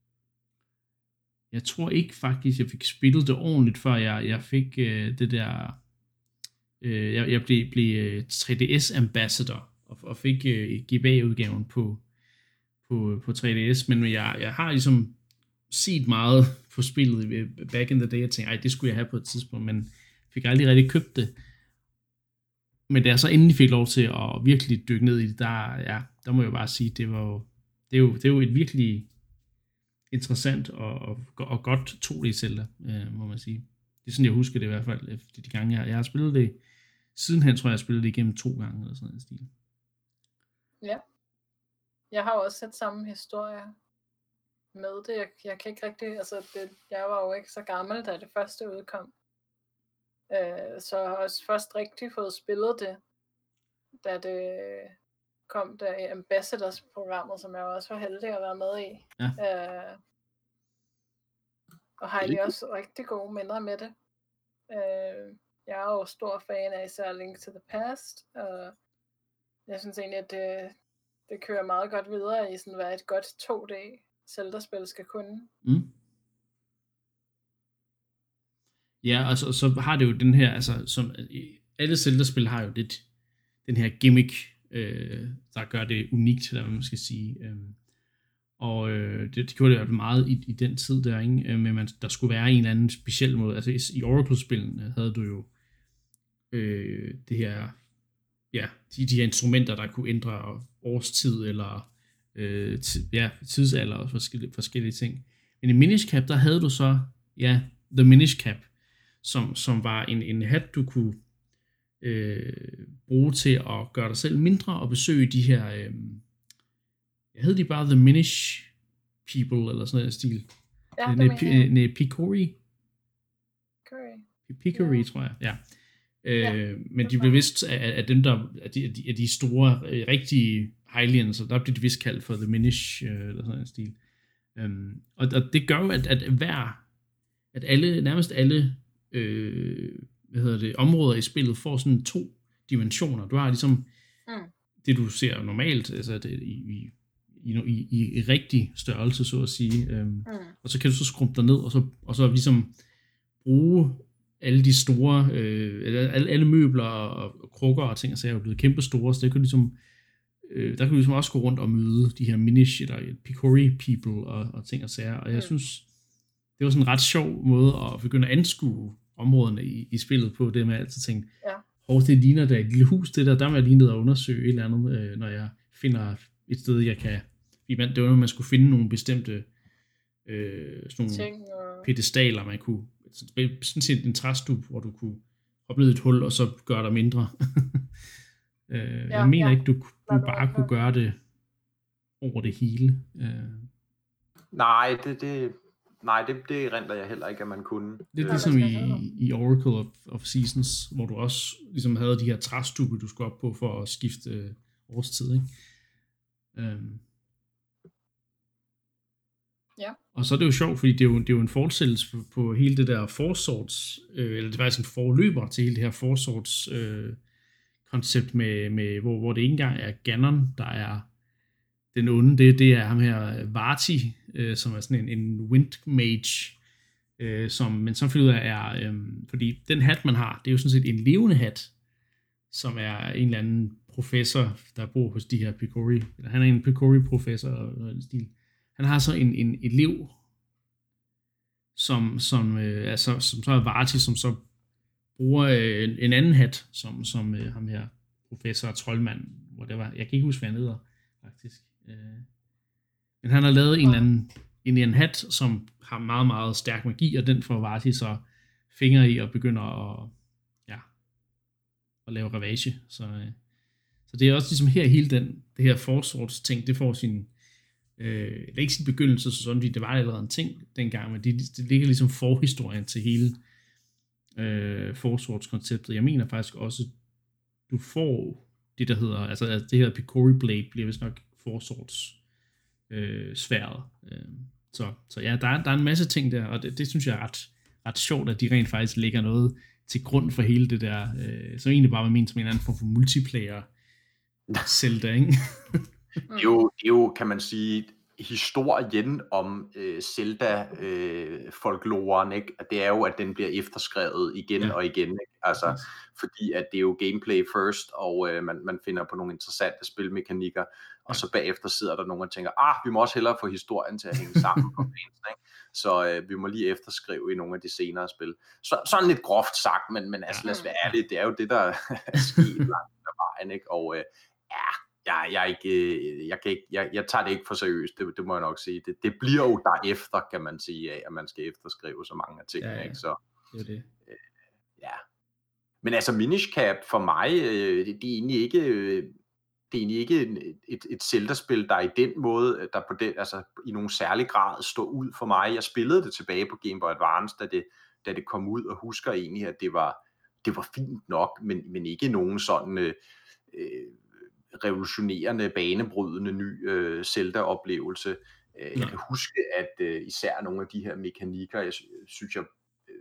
jeg tror ikke faktisk, jeg fik spillet det ordentligt, før jeg, jeg fik øh, det der... Øh, jeg, jeg blev, blev tre D S Ambassador, og, og fik øh, G B A-udgaven på, på, på tre D S, men jeg, jeg har ligesom set meget på spillet back in the day, og tænkte, ej, det skulle jeg have på et tidspunkt, men fik aldrig rigtig købt det. Men da jeg så endelig fik lov til at virkelig dykke ned i det, der, ja, der må jeg jo bare sige, det var jo, det er jo, det er jo et virkelig interessant og, og, og godt to D Zelda, øh, må man sige. Det er sådan, jeg husker det i hvert fald, efter de gange, jeg, jeg har spillet det. Sidenhen tror jeg, jeg har spillet det igennem to gange, eller sådan en stil.
Ja. Jeg har også set samme historie med det. Jeg, jeg kan ikke rigtig, altså det, jeg var jo ikke så gammel, da det første udkom. Øh, så jeg har også først rigtig fået spillet det, da det kom der i Ambassadors-programmet, som jeg også var heldig at være med i.
Ja.
Øh, og har egentlig også rigtig gode minder med det. Øh, jeg er jo stor fan af især Link to the Past, og jeg synes egentlig, at det, det kører meget godt videre i sådan, hvad et godt to D Zelda-spil skal kunne.
Mm. Ja, og så, og så har det jo den her, altså som alle Zelda-spil har jo lidt den her gimmick, øh, der gør det unikt, eller hvad man skal sige. Øh, og øh, det, det gjorde det jo meget i, i den tid der, ikke? Øh, men man, der skulle være en eller anden speciel måde. Altså i Oracle-spillene havde du jo øh, det her, ja, de, de her instrumenter, der kunne ændre årstid, eller øh, tid, ja, tidsalder og forskellige, forskellige ting. Men i Minish Cap, der havde du så, ja, The Minish Cap, som, som var en, en hat, du kunne øh, bruge til at gøre dig selv mindre og besøge de her, øh, jeg hed de bare The Minish People, eller sådan noget stil.
Ja,
Nepikori. Picori, Picori,
ja.
tror jeg, ja. Øh,
ja.
Men de blev vist af, af dem, der, af de, af de store, øh, rigtige Hylians, og der blev de vist kaldt for The Minish, øh, eller sådan en stil. Um, og, og det gør jo, at, at hver, at alle, nærmest alle, øh, hvad hedder det, områder i spillet får sådan to dimensioner. Du har ligesom
mm.
det, du ser normalt, altså det, i, i, i, i, i rigtig størrelse, så at sige. Um, mm. Og så kan du så skrumpe dig ned, og så, og så ligesom bruge alle de store, øh, alle, alle møbler og, og krukker og ting, og så er jo blevet kæmpe store, så det kan ligesom, øh, der kan du ligesom også gå rundt og møde de her Minish eller Picori people og, og ting og sager, og jeg mm. synes, det var sådan en ret sjov måde at begynde at anskue områderne i, i spillet på, det med at altid tænke,
ja.
Hov, det ligner da et lille hus, det der, der må jeg lige ned og undersøge et eller andet, øh, når jeg finder et sted, jeg kan, det var noget, man skulle finde nogle bestemte øh, sådan nogle ting, og... pedestaler, man kunne, sådan set en træstub, hvor du kunne hoppe ned i et hul, og så gøre dig mindre. øh, ja, jeg mener ja. ikke, du, du bare kunne gøre det over det hele. Øh.
Nej, det, det, nej det, det erindrer jeg heller ikke, at man kunne.
Det er ligesom i, i Oracle of, of Seasons, hvor du også ligesom havde de her træstube, du skulle op på for at skifte øh, årstid, ikke? Øh.
Ja.
Og så er det jo sjovt, fordi det er jo, det er jo en fortsættelse på, på hele det der Four Swords, øh, eller det var faktisk en forløber til hele det her Four Swords øh, koncept, med, med, hvor, hvor det ikke engang er Ganon, der er den onde, det, det er ham her Varti, øh, som er sådan en, en wind mage, øh, som, men som finder ud af er, øh, fordi den hat, man har, det er jo sådan set en levende hat, som er en eller anden professor, der bor hos de her Picori, eller han er en Picori-professor, eller noget i den stil. Han har så en, en elev, som, som, øh, altså, som så er Varti, som så bruger øh, en, en anden hat, som, som øh, ham her professor og troldmand, hvor det var, jeg kan ikke huske, hvad han hedder, faktisk. Øh, men han har lavet en eller anden, en, en hat, som har meget, meget stærk magi, og den får Varti så fingre i og begynder at, ja, at lave ravage. Så, øh, så det er også ligesom her, hele den, det her Four Swords ting, det får sin, Øh, det er ikke sin begyndelse, så sådan, fordi det var allerede en ting dengang, men det, det ligger ligesom forhistorien til hele øh, Four Swords-konceptet. Jeg mener faktisk også, du får det, der hedder, altså det her Picori Blade bliver vist nok Four Swords øh, sværet. Øh, så, så ja, der er, der er en masse ting der, og det, det synes jeg er ret, ret sjovt, at de rent faktisk lægger noget til grund for hele det der, øh, som egentlig bare var ment som en anden form for multiplayer Zelda, ikke?
Det er, jo, det er jo, kan man sige, historien om øh, Zelda-folkloren, øh, det er jo, at den bliver efterskrevet igen ja. og igen, ikke? Altså, yes. fordi at det er jo gameplay first, og øh, man, man finder på nogle interessante spilmekanikker, og så bagefter sidder der nogen og tænker, ah, vi må også hellere få historien til at hænge sammen på banen, ikke? Så øh, vi må lige efterskrive i nogle af de senere spil. Så, sådan lidt groft sagt, men, men altså lad os være ærlige, det er jo det, der er sket langt af vejen, ikke? Og øh, ja, jeg, jeg, er ikke, jeg, kan ikke, jeg, jeg tager det ikke for seriøst, det, det må jeg nok sige. Det, det bliver jo derefter, kan man sige, af, at man skal efterskrive så mange af tingene, ja, ja. Ikke? Så,
det er det.
Øh, ja. Men altså Minish Cap for mig, øh, det, det er egentlig ikke... Øh, det er egentlig ikke et, et Zelda-spil, der i den måde, der på den, altså i nogen særlig grad står ud for mig. Jeg spillede det tilbage på Game Boy Advance, da det, da det kom ud, og husker egentlig, at det var, det var fint nok, men, men ikke nogen sådan øh, revolutionerende, banebrydende ny øh, Zelda-oplevelse. Øh, jeg kan huske, at øh, især nogle af de her mekanikker, jeg synes, jeg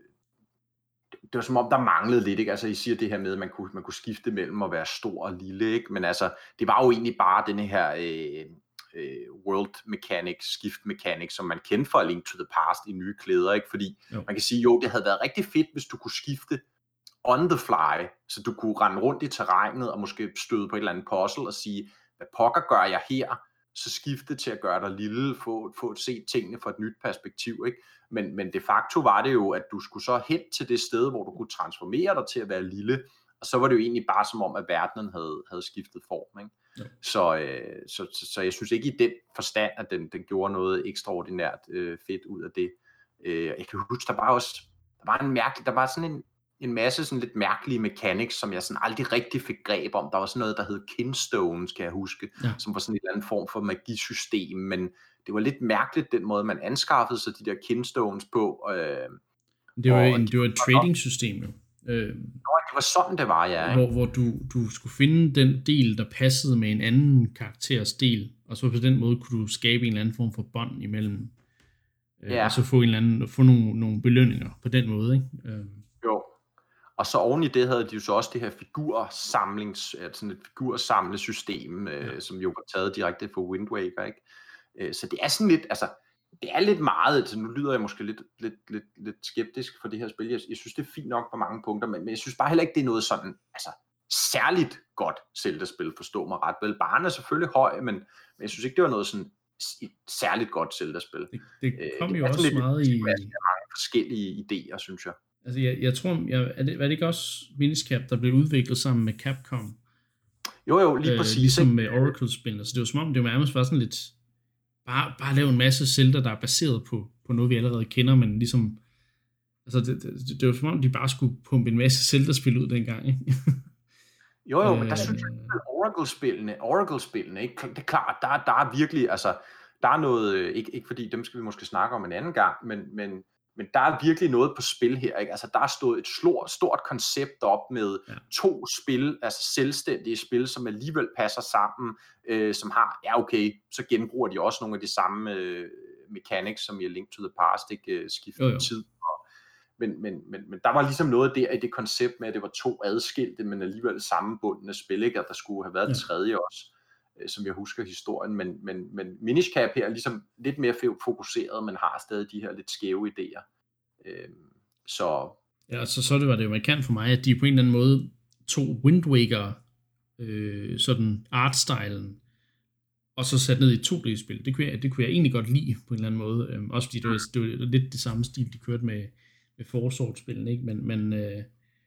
det var som om, der manglede lidt, ikke? Altså, I siger det her med, at man kunne, man kunne skifte mellem at være stor og lille, ikke? Men altså, det var jo egentlig bare denne her øh, øh, world mechanics, skift mechanics, som man kendte fra Link to the Past i nye klæder, ikke? Fordi jo. Man kan sige, jo, det havde været rigtig fedt, hvis du kunne skifte on the fly, så du kunne rende rundt i terrænet og måske støde på et eller andet puzzle og sige, hvad pokker gør jeg her? Så skifte til at gøre dig lille, få, få at se tingene fra et nyt perspektiv, ikke? Men, men de facto var det jo, at du skulle så hen til det sted, hvor du kunne transformere dig til at være lille, og så var det jo egentlig bare som om, at verdenen havde, havde skiftet form, ikke? Ja. Så, øh, så, så, så jeg synes ikke i den forstand, at den, den gjorde noget ekstraordinært øh, fedt ud af det. Øh, jeg kan huske, der var også der var en mærkelig, der var sådan en en masse sådan lidt mærkelige mechanics, som jeg sådan aldrig rigtig fik greb om. Der var sådan noget, der hed Kinstones, kan jeg huske, ja. Som var sådan en eller anden form for magisystem, men det var lidt mærkeligt, den måde, man anskaffede sig de der Kinstones på. Øh,
det var, en, det var et trading-system, jo. Øh,
Nå, det var sådan, det var, ja.
Hvor, hvor du, du skulle finde den del, der passede med en anden karakters del, og så på den måde kunne du skabe en eller anden form for bånd imellem, øh, ja. Og så få, en eller anden, få nogle, nogle belønninger på den måde, ikke? Øh.
Jo. Og så oven i det havde de jo så også det her figursamlings, altså sådan et figursamlesystem, øh, ja. Som jo var taget direkte fra Wind Waker, ikke? Øh, så det er sådan lidt, altså, det er lidt meget, altså nu lyder jeg måske lidt, lidt, lidt, lidt skeptisk for det her spil. Jeg, jeg synes, det er fint nok på mange punkter, men, men jeg synes bare heller ikke, det er noget sådan, altså, særligt godt Zelda-spil, forstå mig ret vel. Barren er selvfølgelig høj, men, men jeg synes ikke, det var noget sådan et særligt godt Zelda-spil.
Det, det kom øh, jo også lidt, meget i...
mange forskellige idéer, synes jeg.
Altså, jeg, jeg tror, jeg, er, det, er det ikke også Minish Cap, der blev udviklet sammen med Capcom?
Jo, jo, lige præcis.
Øh, ligesom med Oracle-spillene. Så det var som om, det var nærmest var sådan lidt... Bare, bare lave en masse Zelda, der er baseret på, på noget, vi allerede kender, men ligesom... Altså, det, det, det var som om, de bare skulle pumpe en masse Zelda-spil ud dengang, ikke?
Jo, jo, men der synes jeg, at Oracle-spillene, Oracle-spillene, ikke? Det er klart, der, der er virkelig, altså... Der er noget, ikke, ikke fordi dem skal vi måske snakke om en anden gang, men... men Men der er virkelig noget på spil her, ikke? Altså, der er stået et stort, stort koncept op med ja. to spil, altså selvstændige spil, som alligevel passer sammen, øh, som har, ja okay, så genbruger de også nogle af de samme øh, mechanics, som i Link to the Past, ikke? Skifter tid. Og, men, men, men, men der var ligesom noget der i det koncept med, at det var to adskilte, men alligevel sammenbundne spil, ikke? At der skulle have været ja. et tredje også, øh, som jeg husker historien, men, men, men Minish Cap her er ligesom lidt mere fokuseret, men har stadig de her lidt skæve idéer. Øh, så...
Ja, så, så det var det jo markant for mig, at de på en eller anden måde tog Wind Waker, øh, sådan artstylen, og så satte ned i et to D-spil. Det kunne, jeg, det kunne jeg egentlig godt lide på en eller anden måde. Øh, også fordi det var, det var lidt det samme stil, de kørte med, med Forsort-spillene, ikke? Men, men øh,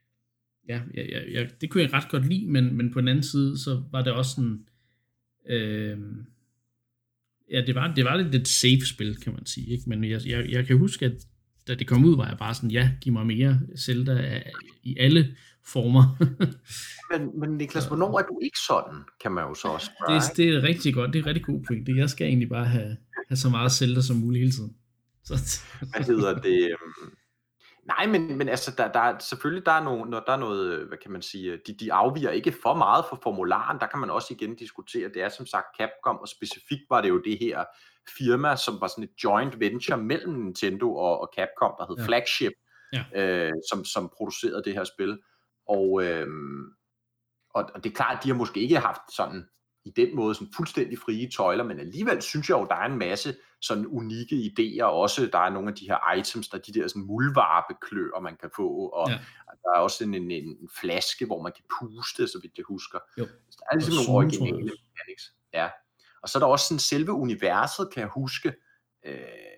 ja, ja, ja, det kunne jeg ret godt lide, men, men på den anden side, så var det også sådan... Øh, ja, det var, det var lidt et safe spil, kan man sige, ikke? Men jeg, jeg, jeg kan huske, at da det kom ud, var jeg bare sådan, ja, giv mig mere Zelda i alle former.
men, men Niklas, hvornår er du ikke sådan, kan man jo så også spørge.
Det, det er rigtig godt, det er rigtig god point. Jeg skal egentlig bare have, have så meget Zelda som muligt hele tiden. Så.
Hvad hedder det? Nej, men, men altså, der, der er, selvfølgelig der er, nogle, når der er noget, hvad kan man sige, de, de afviger ikke for meget fra formularen, der kan man også igen diskutere, det er som sagt Capcom, og specifikt var det jo det her firma, som var sådan et joint venture mellem Nintendo og, og Capcom, der hed ja. Flagship, ja. øh, som, som producerede det her spil, og, øh, og, og det er klart, at de har måske ikke haft sådan, i den måde, sådan fuldstændig frie tøjler, men alligevel synes jeg jo, der er en masse sådan unikke idéer, også der er nogle af de her items, der er de der sådan muldvarpekløer, man kan få, og ja. Der er også en, en, en flaske, hvor man kan puste, så vidt jeg husker. Jo. Så der er ligesom nogle originale mechanics. Ja. Og så er der også sådan selve universet, kan jeg huske, øh,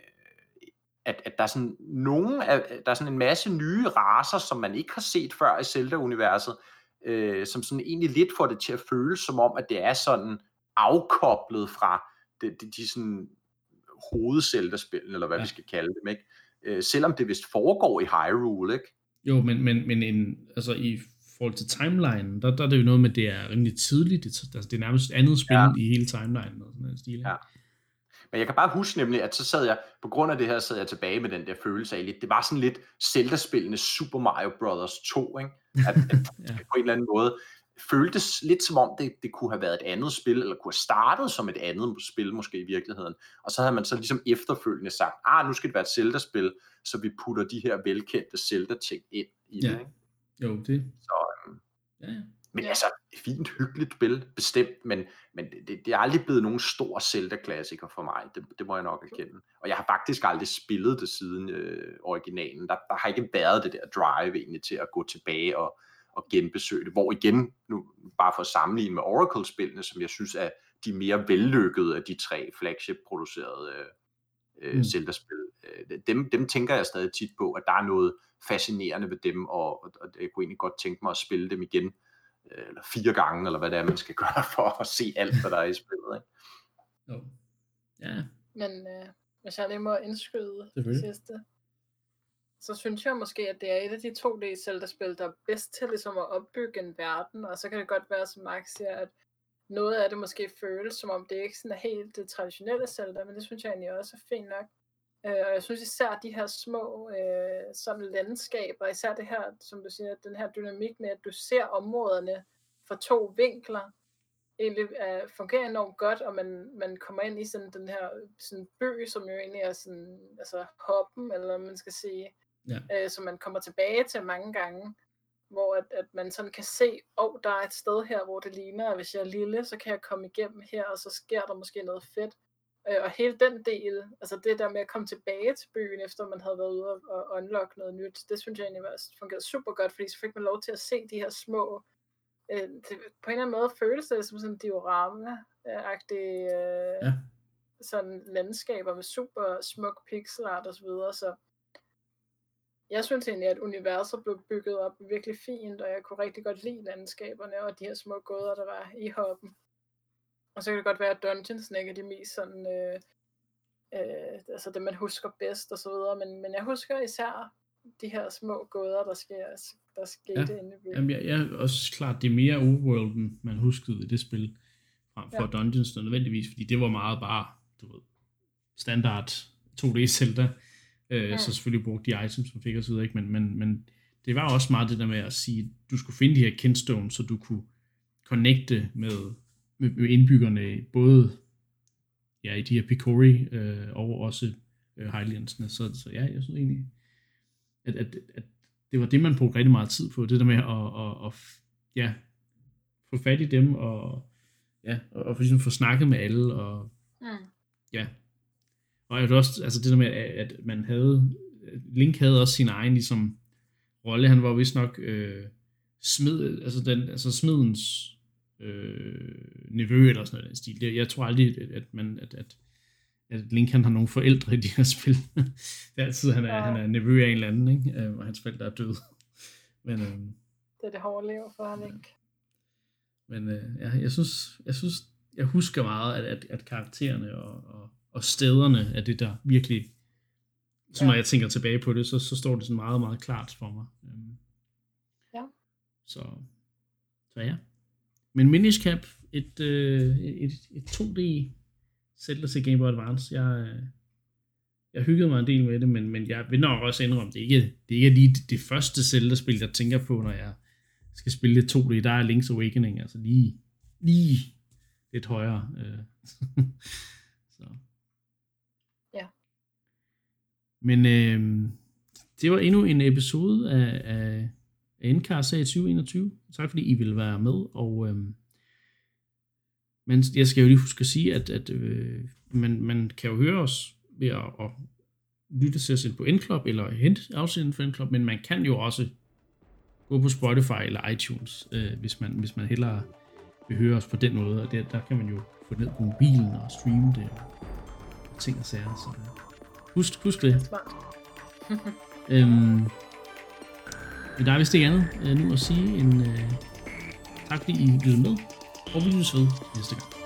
at, at der er sådan nogle af, der er sådan en masse nye racer, som man ikke har set før i Zelda-universet, øh, som sådan egentlig lidt får det til at føles som om, at det er sådan afkoblet fra de, de, de sådan hoved-Zelda-spil, eller hvad ja. vi skal kalde dem, ikke? Øh, selvom det vist foregår i Hyrule, ikke?
Jo, men, men, men en, altså i forhold til timeline, der, der er det jo noget med, at det er rimelig tidligt. Det, altså, det er nærmest andet spil ja. i hele timelinen og sådan en stil.
Ja. Men jeg kan bare huske nemlig, at så sad jeg, på grund af det her, sad jeg tilbage med den der følelse af lidt, det var sådan lidt Zelda-spillende Super Mario Bros. to, ikke? At, at ja. på en eller anden måde føltes lidt som om, det, det kunne have været et andet spil, eller kunne have startet som et andet spil måske i virkeligheden. Og så havde man så ligesom efterfølgende sagt, ah, nu skal det være et Zelda-spil, så vi putter de her velkendte Zelda-ting ind i
ja.
det, ikke?
Jo, det.
Så, øhm,
ja, ja.
Men altså, et fint, hyggeligt spil, bestemt, men, men det, det er aldrig blevet nogen stor Zelda-klassiker for mig, det, det må jeg nok erkende. Og jeg har faktisk aldrig spillet det siden øh, originalen. Der, der har ikke været det der drive egentlig til at gå tilbage og, og genbesøge det. Hvor igen, nu bare for at sammenligne med Oracle-spillene, som jeg synes er de mere vellykkede af de tre flagship-producerede øh, mm. Zelda-spil, øh, dem, dem tænker jeg stadig tit på, at der er noget fascinerende ved dem, og, og jeg kunne egentlig godt tænke mig at spille dem igen, eller fire gange, eller hvad det er, man skal gøre for at se alt, hvad der er i spillet, ikke?
Jo. Ja.
Men øh, hvis jeg lige må indskyde det sidste, så synes jeg måske, at det er et af de to D Zelda-spil, der er bedst til ligesom at opbygge en verden, og så kan det godt være, som Max siger, at noget af det måske føles, som om det ikke sådan er helt det traditionelle Zelda, men det synes jeg egentlig også er fint nok. Og jeg synes især de her små øh, sådan landskaber, især det her, som du siger, den her dynamik med, at du ser områderne fra to vinkler, egentlig uh, fungerer enormt godt, og man, man kommer ind i sådan den her sådan by, som jo egentlig er sådan, altså hoppen, eller man skal sige,
ja.
øh, som man kommer tilbage til mange gange, hvor at, at man sådan kan se, åh, oh, der er et sted her, hvor det ligner, at hvis jeg er lille, så kan jeg komme igennem her, og så sker der måske noget fedt. Og hele den del, altså det der med at komme tilbage til byen, efter man havde været ude og, og unlock noget nyt, det synes jeg egentlig var fungerede super godt, fordi så fik man lov til at se de her små, øh, det, på en eller anden måde føles det som sådan diorama-agtige øh,
ja.
sådan landskaber med super smuk pixelart og så videre, så jeg synes egentlig, at universet blev bygget op virkelig fint, og jeg kunne rigtig godt lide landskaberne og de her små gåder, der var i hoppen. Og så kan det godt være, at dungeonsne ikke er de mest sådan, øh, øh, altså det man husker bedst og så videre, men, men jeg husker især de her små gåder, der sker, der skete
ja.
inde i byen.
Jamen, jeg, jeg er også klart, det er mere overworlden, man huskede i det spil, frem for ja. Dungeons nødvendigvis, fordi det var meget bare, du ved, standard to D Zelda, øh, ja. Så selvfølgelig brugte de items, man fik og så videre, ikke? Men, men, men det var også meget det der med at sige, at du skulle finde de her kindstones, så du kunne connecte med med indbyggerne, både ja, i de her Picori, øh, og også øh, Highlandsene. Så, så ja, jeg synes egentlig, at, at, at det var det, man brugte rigtig meget tid på, det der med at, at, at ja, få fat i dem, og ja, og, og ligesom få snakket med alle, og
mm.
ja. Og jeg også, altså det der med, at man havde, Link havde også sin egen ligesom rolle, han var vist nok øh, smid, altså, den, altså smidens øh, nevø eller sådan noget stil. Jeg tror aldrig, at, man, at, at, at Link han har nogle forældre i de her spil. Det er altid, han er, ja. han er nevø af en eller anden, ikke? Og hans forældre er døde. Men, øh,
det er det hårde liv for Link.
Men øh, ja, jeg synes, jeg synes, jeg husker meget, at, at, at karaktererne og, og, og stederne er det, der virkelig, så når ja. jeg tænker tilbage på det, så, så står det sådan meget, meget klart for mig.
Ja.
Så, så ja. Men Minish Cap, et, øh, et, et to D Zelda til Game Boy Advance. Jeg, jeg hyggede mig en del med det, men, men jeg vil nok også indrømme, det ikke det ikke er lige det, det første Zelda-spil, jeg tænker på, når jeg skal spille det to D. Der er Link's Awakening, altså lige, lige lidt højere. Så.
Ja.
Men øh, det var endnu en episode af, af Endcast tyve enogtyve. Tak fordi I ville være med, og øhm, men jeg skal jo lige huske at sige, at, at øh, man, man kan jo høre os ved at, at lytte til os på Endclub, eller hente afsenden for Endclub, men man kan jo også gå på Spotify eller iTunes, øh, hvis man hvis man hellere vil høre os på den måde, og der, der kan man jo få det ned på mobilen og streame det og ting og sager. Så husk, husk det.
Smart.
øhm, men der er vist ikke andet øh, nu at sige end øh, tak fordi I lyttede med, og vi lyttes ved næste gang.